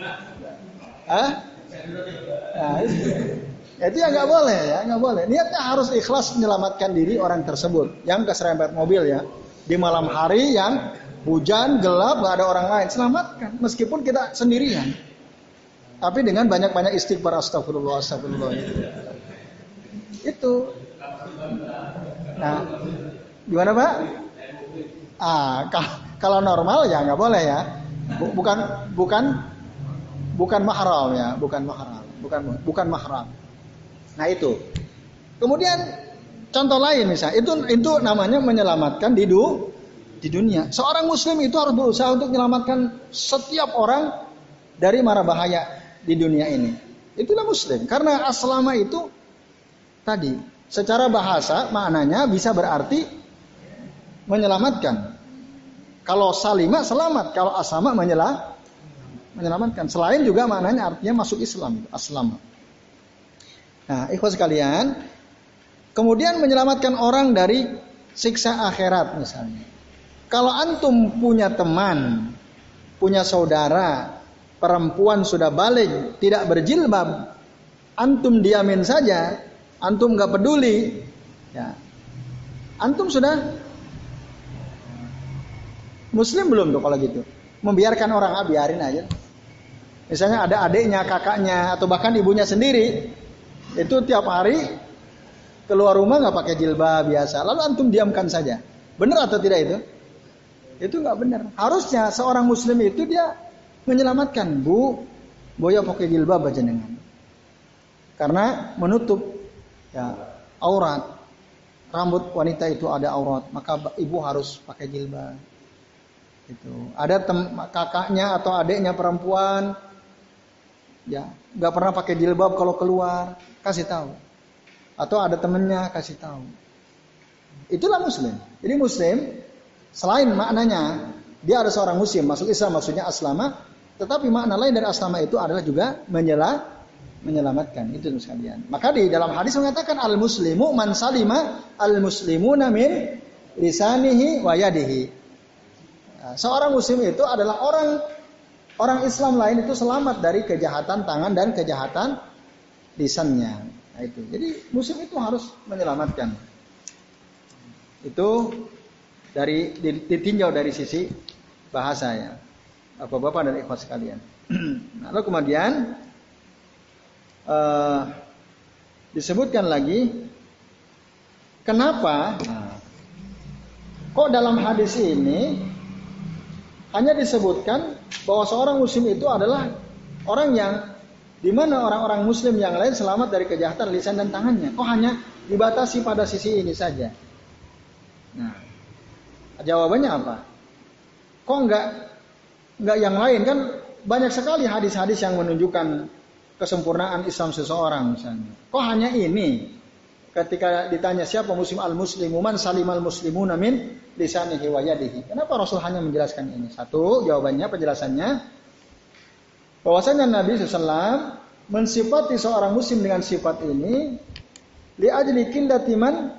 Itu yang nggak boleh ya, nggak boleh. Niatnya harus ikhlas menyelamatkan diri orang tersebut yang keserempet mobil ya. Di malam hari yang hujan gelap nggak ada orang lain, selamatkan. Meskipun kita sendirian, tapi dengan banyak-banyak istighfar, astagfirullah. Itu. Nah, gimana Pak? Kalau normal ya nggak boleh ya. Bukan mahram ya, bukan mahram. Nah itu. Kemudian contoh lain misalnya, itu namanya menyelamatkan di dunia. Seorang muslim itu harus berusaha untuk menyelamatkan setiap orang dari mara bahaya di dunia ini. Itulah muslim. Karena aslama itu tadi secara bahasa maknanya bisa berarti menyelamatkan. Kalau salima selamat, kalau aslama menyelamatkan. Selain juga maknanya artinya masuk Islam, aslama. Nah, ikhwas sekalian, kemudian menyelamatkan orang dari siksa akhirat misalnya. Kalau antum punya teman, punya saudara, perempuan sudah balik, tidak berjilbab, antum diamin saja, antum nggak peduli, ya, antum sudah muslim belum tuh kalau gitu? Membiarkan orang, biarin aja. Misalnya ada adiknya, kakaknya, atau bahkan ibunya sendiri. Itu tiap hari keluar rumah nggak pakai jilbab biasa, lalu antum diamkan saja. Benar atau tidak itu? Itu nggak benar. Harusnya seorang muslim itu dia menyelamatkan, boya pakai jilbab aja dengan. Karena menutup ya aurat. Rambut wanita itu ada aurat, maka ibu harus pakai jilbab. Itu. Ada kakaknya atau adiknya perempuan, ya nggak pernah pakai jilbab kalau keluar, kasih tahu. Atau ada temennya, kasih tahu. Itulah muslim. Jadi muslim selain maknanya dia ada seorang muslim masuk Islam, maksudnya aslama, tetapi makna lain dari aslama itu adalah juga menyelamatkan. Itu sekalian. Maka di dalam hadis mengatakan al-muslimu man salima al-muslimuna min lisanihi wa yadihi. Nah, seorang muslim itu adalah orang Islam lain itu selamat dari kejahatan tangan dan kejahatan lisannya. Nah, itu. Jadi muslim itu harus menyelamatkan. Itu ditinjau dari sisi bahasa ya. Bapak-bapak dan ikhwas sekalian. Lalu kemudian disebutkan lagi kenapa kok dalam hadis ini hanya disebutkan bahwa seorang muslim itu adalah orang yang di mana orang-orang muslim yang lain selamat dari kejahatan lisan dan tangannya. Kok hanya dibatasi pada sisi ini saja? Nah, jawabannya apa? Kok enggak yang lain? Kan banyak sekali hadis-hadis yang menunjukkan kesempurnaan Islam seseorang misalnya. Kok hanya ini? Ketika ditanya siapa muslim al-muslimu man salimal muslimuna min lisanihi wa yadihi. Kenapa Rasul hanya menjelaskan ini? Satu, jawabannya penjelasannya bahwasanya Nabi SAW mensifati seorang muslim dengan sifat ini li ajli qillati man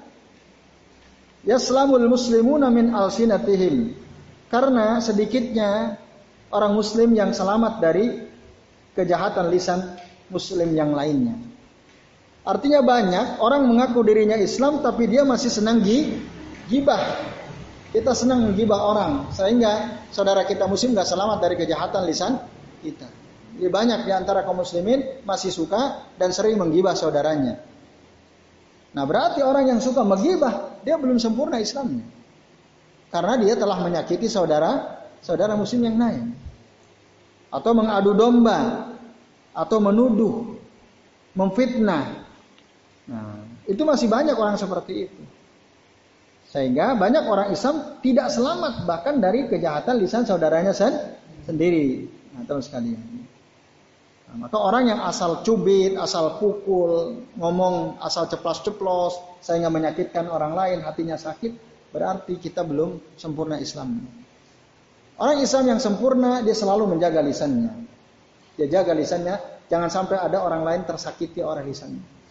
yaslamul muslimuna min alsinatihim. Karena sedikitnya orang muslim yang selamat dari kejahatan lisan muslim yang lainnya. Artinya banyak orang mengaku dirinya Islam tapi dia masih senang gibah. Kita senang menggibah orang sehingga saudara kita muslim gak selamat dari kejahatan lisan kita. Jadi banyak di antara kaum muslimin masih suka dan sering menggibah saudaranya. Nah, berarti orang yang suka menggibah dia belum sempurna Islamnya. Karena dia telah menyakiti saudara muslim yang lain. Atau mengadu domba, atau menuduh, memfitnah. Nah, itu masih banyak orang seperti itu. Sehingga banyak orang Islam tidak selamat bahkan dari kejahatan lisan saudaranya sendiri. Nah, teman sekalian. Nah, maka orang yang asal cubit, asal pukul, ngomong asal ceplos-ceplos sehingga menyakitkan orang lain, hatinya sakit, berarti kita belum sempurna Islam. Orang Islam yang sempurna dia selalu menjaga lisannya. Dia jaga lisannya, jangan sampai ada orang lain tersakiti oleh lisannya.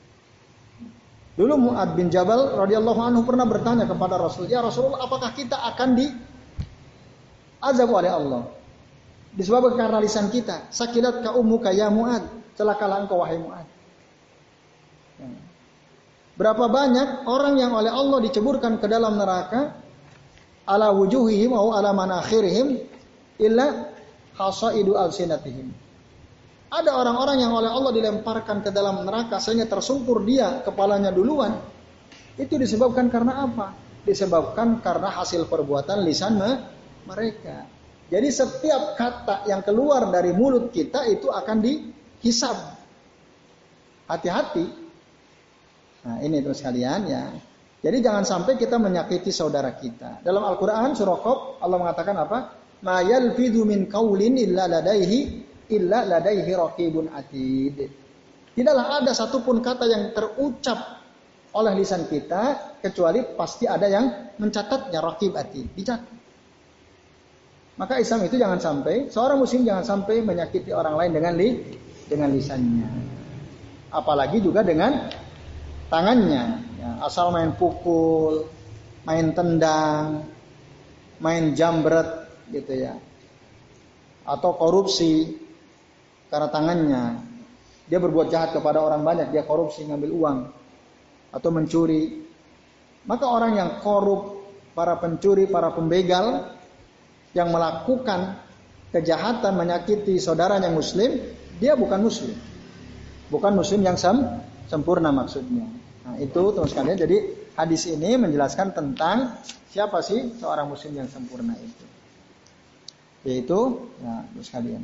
Dulu Mu'ad bin Jabal radhiyallahu anhu pernah bertanya kepada Rasul, "Ya Rasulullah, apakah kita akan diazab oleh Allah? Disebabkan karena lisan kita. Sakilat ka ummuka ya Mu'ad, celakalah engkau wahai Mu'ad." Berapa banyak orang yang oleh Allah diceburkan ke dalam neraka ala wujuhihim au ala manakhirihim illa hasaidu alsinatihim. Ada orang-orang yang oleh Allah dilemparkan ke dalam neraka sehingga tersungkur dia kepalanya duluan. Itu disebabkan karena apa? Disebabkan karena hasil perbuatan lisan mereka. Jadi setiap kata yang keluar dari mulut kita itu akan dihisab. Hati-hati. Nah, ini terus sekalian ya. Jadi jangan sampai kita menyakiti saudara kita. Dalam Al-Quran surah Qaf Allah mengatakan apa? Ma yalfidhu min qaulin illa ladaihi raqibun atid. Tidaklah ada satupun kata yang terucap oleh lisan kita kecuali pasti ada yang mencatatnya, raqib atid, dicatat. Maka Islam itu jangan sampai seorang muslim jangan sampai menyakiti orang lain dengan lisannya. Apalagi juga dengan tangannya. Ya, asal main pukul, main tendang, main jambret gitu ya. Atau korupsi karena tangannya. Dia berbuat jahat kepada orang banyak, dia korupsi ngambil uang atau mencuri. Maka orang yang korup, para pencuri, para pembegal yang melakukan kejahatan menyakiti saudaranya muslim, dia bukan muslim. Bukan muslim yang sempurna maksudnya. Nah, itu terus sekalian. Jadi hadis ini menjelaskan tentang siapa sih seorang muslim yang sempurna itu. Yaitu ya terus sekalian.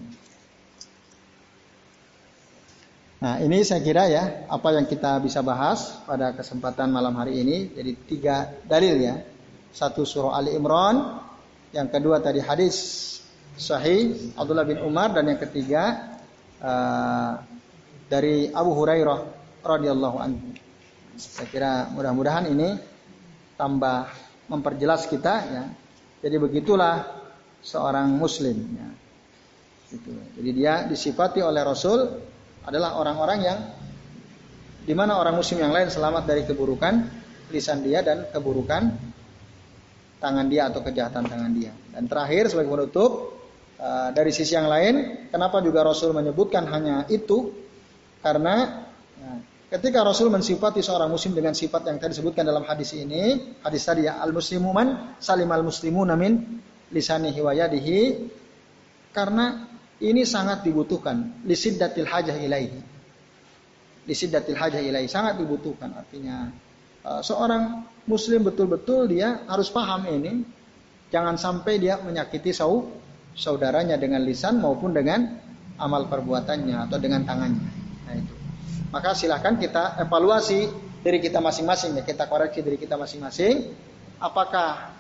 Nah, ini saya kira ya apa yang kita bisa bahas pada kesempatan malam hari ini. Jadi 3 dalil ya. 1 surah Ali Imran, yang kedua tadi hadis sahih Abdullah bin Umar, dan yang ketiga dari Abu Hurairah radhiyallahu anhu. Saya kira mudah-mudahan ini tambah memperjelas kita ya. Jadi begitulah seorang muslim. Ya. Gitu. Jadi dia disifati oleh Rasul adalah orang-orang yang di mana orang muslim yang lain selamat dari keburukan lisan dia dan keburukan tangan dia atau kejahatan tangan dia. Dan terakhir sebagai penutup, dari sisi yang lain, kenapa juga Rasul menyebutkan hanya itu? Karena ketika Rasul mensifati seorang muslim dengan sifat yang tadi disebutkan dalam hadis ini, hadis tadi ya, al-muslimu man salimal muslimuna min lisanihi wa yadihi, karena ini sangat dibutuhkan lisiddatil hajah ilaihi. Lisiddatil hajah ilaihi, sangat dibutuhkan. Artinya seorang muslim betul-betul dia harus paham ini, jangan sampai dia menyakiti saudaranya dengan lisan maupun dengan amal perbuatannya atau dengan tangannya. Nah itu. Maka silahkan kita evaluasi diri kita masing-masing ya, kita koreksi diri kita masing-masing. Apakah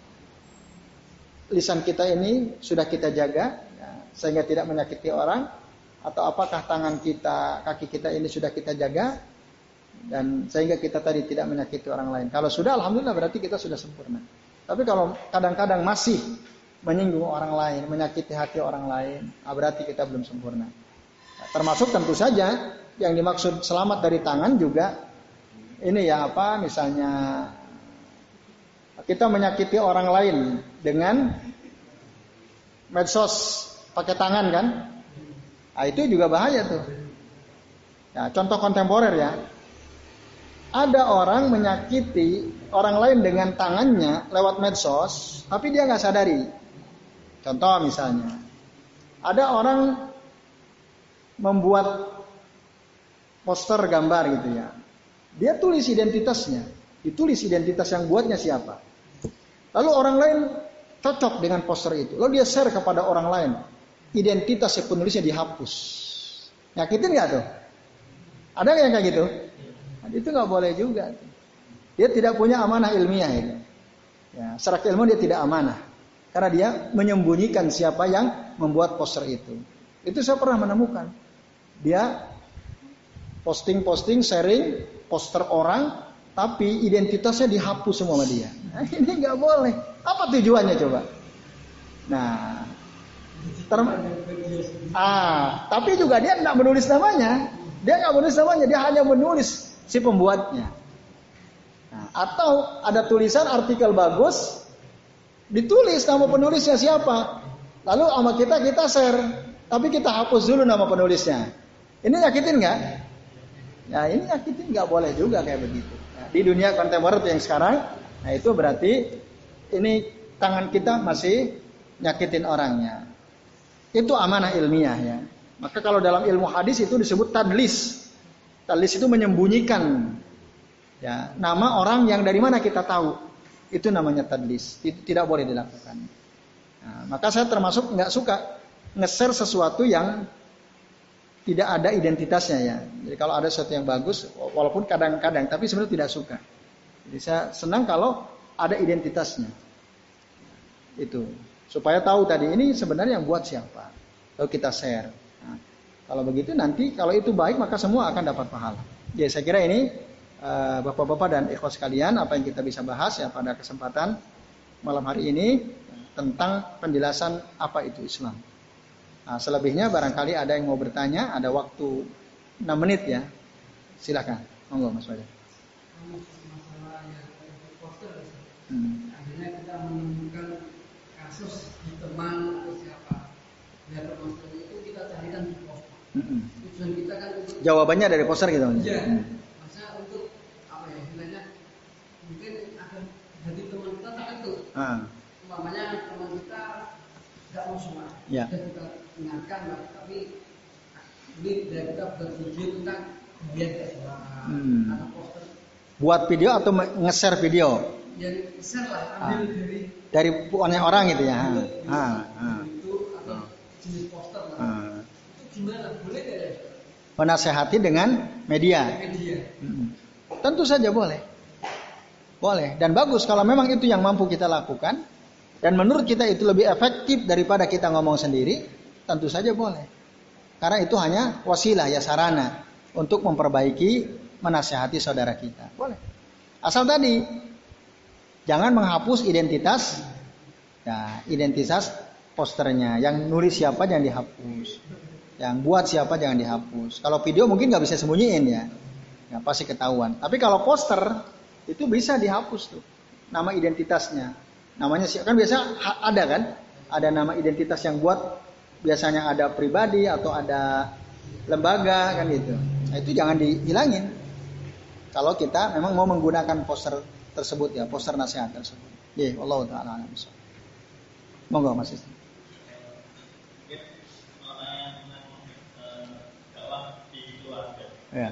lisan kita ini sudah kita jaga ya, sehingga tidak menyakiti orang, atau apakah tangan kita, kaki kita ini sudah kita jaga dan sehingga kita tadi tidak menyakiti orang lain. Kalau sudah, alhamdulillah, berarti kita sudah sempurna. Tapi kalau kadang-kadang masih menyinggung orang lain, menyakiti hati orang lain, berarti kita belum sempurna. Termasuk tentu saja yang dimaksud selamat dari tangan juga ini ya apa, misalnya kita menyakiti orang lain dengan medsos pakai tangan kan, nah, itu juga bahaya tuh. Ya, contoh kontemporer ya, ada orang menyakiti orang lain dengan tangannya lewat medsos, tapi dia nggak sadari. Contoh misalnya, ada orang membuat poster gambar gitu ya, dia tulis identitasnya, ditulis identitas yang buatnya siapa. Lalu orang lain cocok dengan poster itu, lalu dia share kepada orang lain, identitas si penulisnya dihapus. Nyakitin nggak tuh? Ada nggak yang kayak gitu? Nah, itu nggak boleh juga. Dia tidak punya amanah ilmiah itu. Ya, secara ilmu dia tidak amanah, karena dia menyembunyikan siapa yang membuat poster itu. Itu saya pernah menemukan. Dia posting, sharing poster orang, tapi identitasnya dihapus semua sama dia. Nah, ini nggak boleh. Apa tujuannya coba? Nah, tapi juga dia nggak menulis namanya. Dia hanya menulis si pembuatnya. Nah, atau ada tulisan artikel bagus, ditulis nama penulisnya siapa. Lalu sama kita share, tapi kita hapus dulu nama penulisnya. Ini nyakitin nggak? Ya ini nyakitin, nggak boleh juga kayak begitu. Nah, di dunia kontemporer yang sekarang, nah itu berarti ini tangan kita masih nyakitin orangnya. Itu amanah ilmiah ya. Maka kalau dalam ilmu hadis itu disebut tadlis. Tadlis itu menyembunyikan ya nama orang yang dari mana kita tahu. Itu namanya tadlis. Itu tidak boleh dilakukan. Nah, maka saya termasuk nggak suka nge-share sesuatu yang tidak ada identitasnya ya. Jadi kalau ada sesuatu yang bagus, walaupun kadang-kadang, tapi sebenarnya tidak suka. Jadi saya senang kalau ada identitasnya. Itu. Supaya tahu tadi ini sebenarnya yang buat siapa. Lalu kita share. Nah, kalau begitu nanti kalau itu baik maka semua akan dapat pahala. Jadi saya kira ini Bapak-bapak dan ikhwas sekalian, apa yang kita bisa bahas ya pada kesempatan malam hari ini tentang penjelasan apa itu Islam. Nah, selebihnya barangkali ada yang mau bertanya, ada waktu 6 menit ya. Silakan. Monggo Mas Fajar. Masalah yang poster. Akhirnya kita menemukan kasus di teman atau siapa. Ya poster itu kita carikan di poster. Tujuan kita kan untuk jawabannya dari poster gitu. Iya. Masa untuk apa ya? Istilahnya mungkin ada hati teman kita tertentu. Umpamanya teman kita tidak mau sholat. Ya. Kita ingatkan lah, tapi ini dari kita buat video tentang dia tidak sholat. Atau poster. Buat video atau nge-share video? Ya share lah, ambil dari puannya orang gitu ya. Itu atau jenis poster lah. Itu gimana? Boleh tidak ya? Menasehati dengan media. Tentu saja boleh. Boleh dan bagus kalau memang itu yang mampu kita lakukan dan menurut kita itu lebih efektif daripada kita ngomong sendiri, tentu saja boleh. Karena itu hanya wasilah ya, sarana untuk memperbaiki, menasehati saudara kita. Boleh. Asal tadi jangan menghapus identitas ya, identitas posternya. Yang nulis siapa jangan dihapus. Yang buat siapa jangan dihapus. Kalau video mungkin nggak bisa sembunyiin ya. Ya pasti ketahuan. Tapi kalau poster itu bisa dihapus tuh. Nama identitasnya. Namanya kan biasa ada kan? Ada nama identitas yang buat, biasanya ada pribadi atau ada lembaga kan gitu. Nah, itu jangan dihilangin. Kalau kita memang mau menggunakan poster tersebut ya, poster nasihat tersebut. Ya, Allah taala alam. Monggo Mas Istri. Ya.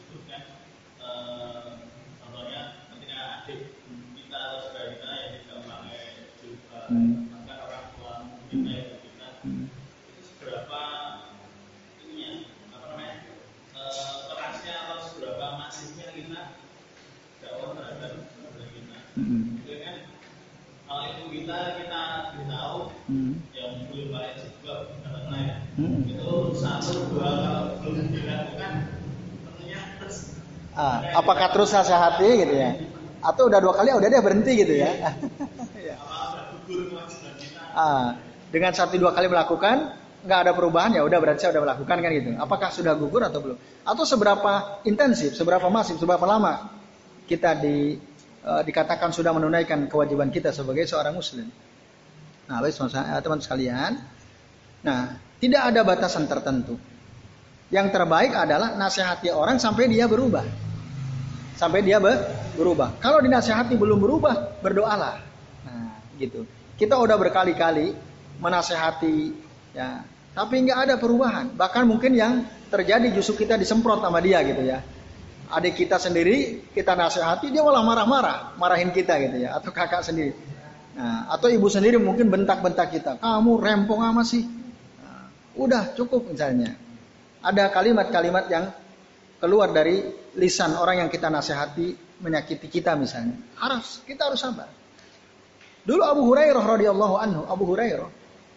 Maka orang tua kita itu seberapa ininya kerasnya atau seberapa masifnya kita dakwah terhadap kita. Itu kan kalau itu kita tahu yang belum baik juga karena ya itu 1-2 kalau belum dilakukan tentunya terus. Apakah terus nasihati gitu ya? Atau udah 2 kali udah dia berhenti gitu ya? Dengan 1-2 kali melakukan nggak ada perubahan ya udah berarti saya udah melakukan kan gitu. Apakah sudah gugur atau belum? Atau seberapa intensif, seberapa masif, seberapa lama kita dikatakan sudah menunaikan kewajiban kita sebagai seorang muslim. Nah, baik teman sekalian. Nah, tidak ada batasan tertentu. Yang terbaik adalah nasihati orang sampai dia berubah. Sampai dia berubah. Kalau dinasihati belum berubah, berdoalah. Nah, gitu. Kita udah berkali-kali menasehati ya, tapi nggak ada perubahan. Bahkan mungkin yang terjadi justru kita disemprot sama dia gitu ya. Adik kita sendiri kita nasihati dia malah marah-marah, marahin kita gitu ya, atau kakak sendiri. Nah, atau ibu sendiri mungkin bentak-bentak kita. Kamu rempong amat sih. Nah, udah cukup misalnya. Ada kalimat-kalimat yang keluar dari lisan orang yang kita nasihati menyakiti kita misalnya. Kita harus sabar. Dulu Abu Hurairah radhiyallahu anhu, Abu Hurairah,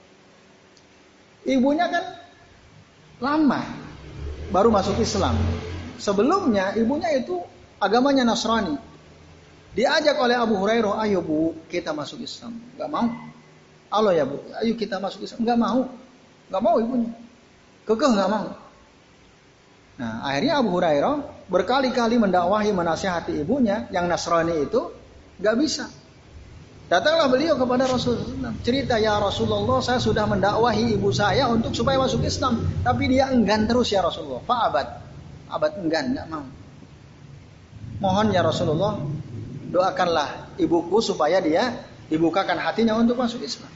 ibunya kan lama baru masuk Islam. Sebelumnya ibunya itu agamanya Nasrani. Diajak oleh Abu Hurairah, ayo bu kita masuk Islam. Gak mau. Halo ya bu, ayo kita masuk Islam. Gak mau ibunya. Kekeh gak mau. Nah akhirnya Abu Hurairah berkali-kali mendakwahi menasihati ibunya yang Nasrani itu gak bisa. Datanglah beliau kepada Rasulullah. Cerita, ya Rasulullah, saya sudah mendakwahi ibu saya untuk supaya masuk Islam. Tapi dia enggan terus ya Rasulullah. Abad enggan, enggak mau. Mohon ya Rasulullah, doakanlah ibuku supaya dia dibukakan hatinya untuk masuk Islam.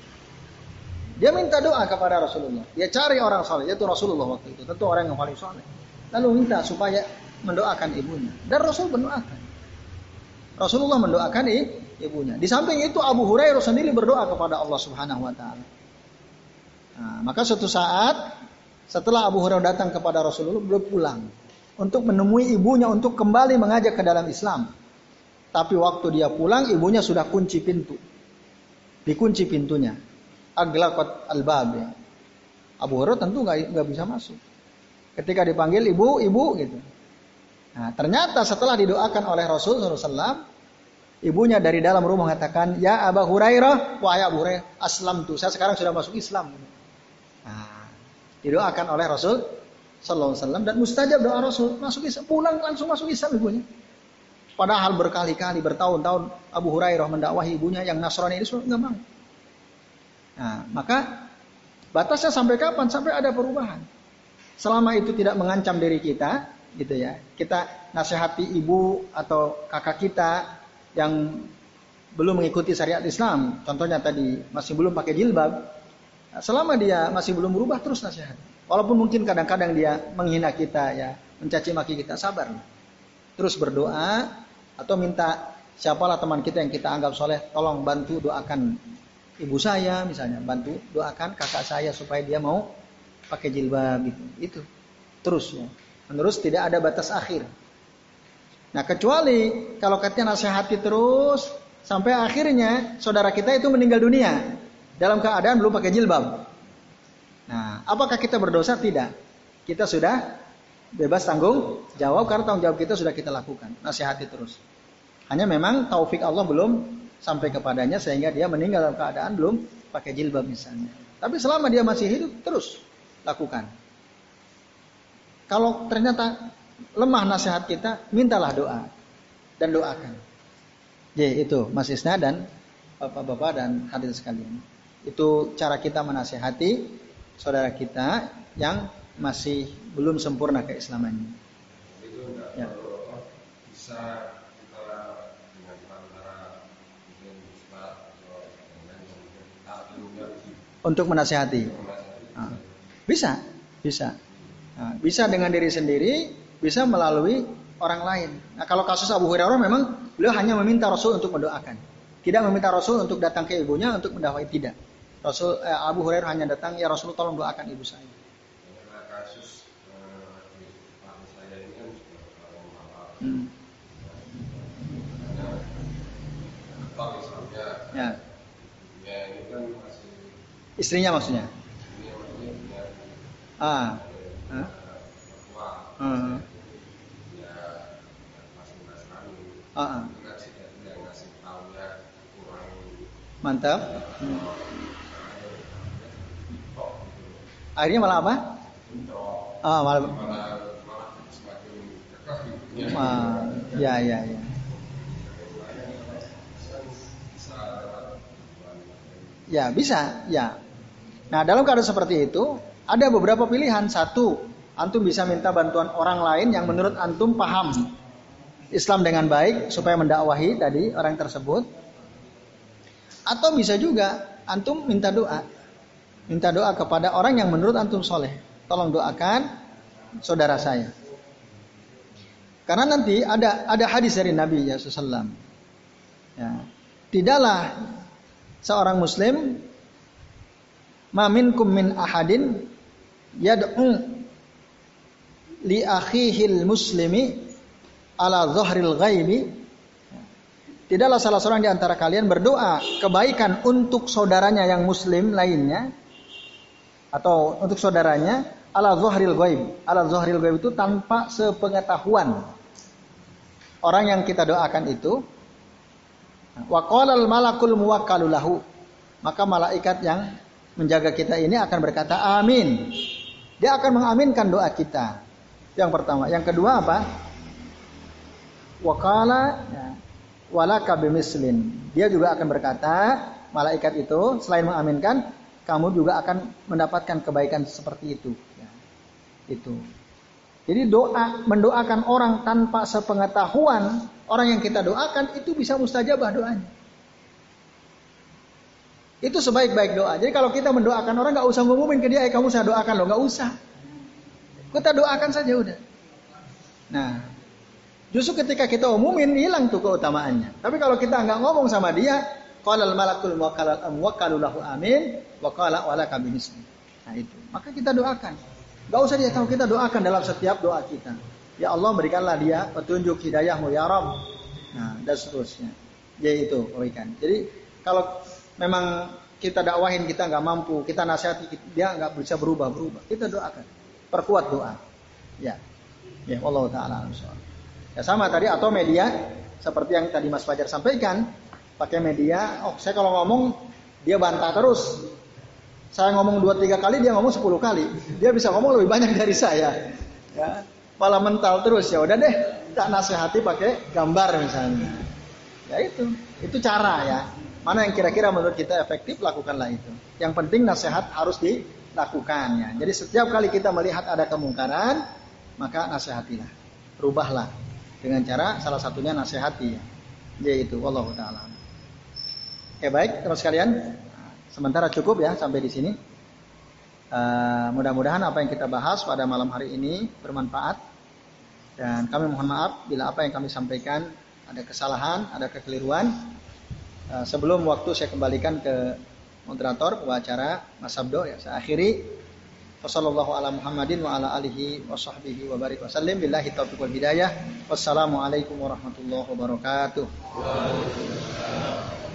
Dia minta doa kepada Rasulullah. Dia cari orang saleh, yaitu Rasulullah waktu itu. Tentu orang yang paling saleh. Lalu minta supaya mendoakan ibunya. Dan Rasul mendoakan. Rasulullah mendoakan ibunya. Di samping itu Abu Hurairah sendiri berdoa kepada Allah Subhanahu wa taala. Nah, maka suatu saat setelah Abu Hurairah datang kepada Rasulullah, beliau pulang untuk menemui ibunya untuk kembali mengajak ke dalam Islam. Tapi waktu dia pulang, ibunya sudah kunci pintu. Dikunci pintunya. Aglaqat al-bab ya. Abu Hurairah tentu enggak bisa masuk. Ketika dipanggil ibu gitu. Nah, ternyata setelah didoakan oleh Rasulullah SAW, ibunya dari dalam rumah mengatakan, ya Abu Hurairah, wahai Abu Hurairah, aslamtu, saya sekarang sudah masuk Islam. Nah, didoakan oleh Rasul Sallallahu Alaihi Wasallam dan mustajab doa Rasul, masuk Islam, pulang langsung masuk Islam ibunya. Padahal berkali-kali, bertahun-tahun Abu Hurairah mendakwahi ibunya yang Nasrani ini nggak mau. Nah, maka batasnya sampai kapan? Sampai ada perubahan. Selama itu tidak mengancam diri kita, gitu ya. Kita nasihati ibu atau kakak kita yang belum mengikuti syariat Islam, contohnya tadi masih belum pakai jilbab, selama dia masih belum berubah terus nasihat. Walaupun mungkin kadang-kadang dia menghina kita ya, mencaci maki kita, sabar. Terus berdoa atau minta siapalah teman kita yang kita anggap soleh, tolong bantu doakan ibu saya misalnya, bantu doakan kakak saya supaya dia mau pakai jilbab gitu. Itu terus ya. Menerus tidak ada batas akhir. Nah kecuali kalau katanya nasihati terus sampai akhirnya saudara kita itu meninggal dunia dalam keadaan belum pakai jilbab. Nah apakah kita berdosa? Tidak. Kita sudah bebas tanggung jawab karena tanggung jawab kita sudah kita lakukan. Nasihati terus. Hanya memang taufik Allah belum sampai kepadanya sehingga dia meninggal dalam keadaan belum pakai jilbab misalnya. Tapi selama dia masih hidup terus lakukan. Kalau ternyata lemah nasihat kita, mintalah doa dan doakan. Itu Mas Isna dan bapak-bapak dan hadirin sekalian. Itu cara kita menasihati saudara kita yang masih belum sempurna keislamannya. Itu enggak bisa kita dengan antara mungkin ustaz atau untuk menasihati. Bisa. Bisa dengan diri sendiri, bisa melalui orang lain. Nah, kalau kasus Abu Hurairah memang beliau hanya meminta Rasul untuk mendoakan. Tidak meminta Rasul untuk datang ke ibunya untuk mendakwai, tidak. Abu Hurairah hanya datang, ya Rasul tolong doakan ibu saya. Karena kasus saya ini kan ya. Ya ini kan masih istrinya maksudnya. Ini maksudnya punya ya masih Nasrani. Ngasih tahunya kurang mantap. Akhirnya malah apa? Malah semakin kekeh. Ya. Ya bisa, ya. Nah dalam keadaan seperti itu ada beberapa pilihan. Satu, antum bisa minta bantuan orang lain yang menurut antum paham Islam dengan baik supaya mendakwahi tadi orang tersebut. Atau bisa juga antum minta doa kepada orang yang menurut antum soleh. Tolong doakan saudara saya. Karena nanti ada hadis dari Nabi SAW. Ya. Tidaklah seorang muslim ma minkum min ahadin yad'u li akhihil muslimi ala dhahril ghaibi. Tidaklah salah seorang di antara kalian berdoa kebaikan untuk saudaranya yang muslim lainnya atau untuk saudaranya ala dhahril ghaib. Ala dhahril ghaib itu tanpa sepengetahuan orang yang kita doakan itu. Wa qalal malakul muwakkalu lahu. Maka malaikat yang menjaga kita ini akan berkata amin. Dia akan mengaminkan doa kita. Yang pertama, yang kedua apa? Wa qala walaka bimislin. Dia juga akan berkata, malaikat itu selain mengaminkan, kamu juga akan mendapatkan kebaikan seperti itu. Itu. Jadi mendoakan orang tanpa sepengetahuan orang yang kita doakan itu bisa mustajabah doanya. Itu sebaik-baik doa. Jadi kalau kita mendoakan orang nggak usah ngumumin ke dia, kamu saya doakan loh, nggak usah. Kita doakan saja udah. Nah, justru ketika kita umumin hilang tuh keutamaannya. Tapi kalau kita nggak ngomong sama dia, qalal malakul muwakkalu lahu amin wa qala walaka binisbi. Nah itu. Maka kita doakan. Gak usah dia tahu, kita doakan dalam setiap doa kita. Ya Allah berikanlah dia petunjuk hidayahmu ya Rabb. Nah dan seterusnya. Yaitu berikan. Jadi kalau memang kita dakwahin kita nggak mampu, kita nasihati dia nggak bisa berubah. Kita doakan. Perkuat doa. Ya Allah Taala. Ya sama tadi atau media seperti yang tadi Mas Fajar sampaikan. Pakai media. Saya kalau ngomong dia bantah terus. Saya ngomong 2-3 kali, dia ngomong 10 kali. Dia bisa ngomong lebih banyak dari saya. Ya, malah mental terus. Ya udah deh, tak nasihati pakai gambar misalnya. Ya itu cara ya. Mana yang kira-kira menurut kita efektif, lakukanlah itu. Yang penting nasihat harus dilakukan ya. Jadi setiap kali kita melihat ada kemungkaran, maka nasihatilah, rubahlah dengan cara salah satunya nasihati ya. Yaitu wallahu taala. Oke baik, teman sekalian. Sementara cukup ya sampai di sini. Mudah-mudahan apa yang kita bahas pada malam hari ini bermanfaat. Dan kami mohon maaf bila apa yang kami sampaikan ada kesalahan, ada kekeliruan. Sebelum waktu saya kembalikan ke moderator, pembicara Mas Abdo ya. Saya akhiri. Wassallallahu ala Muhammadin wa ala alihi wa sahbihi wa barik wa sallim. Billahi taufiq wal hidayah. Wassalamualaikum warahmatullahi wabarakatuh.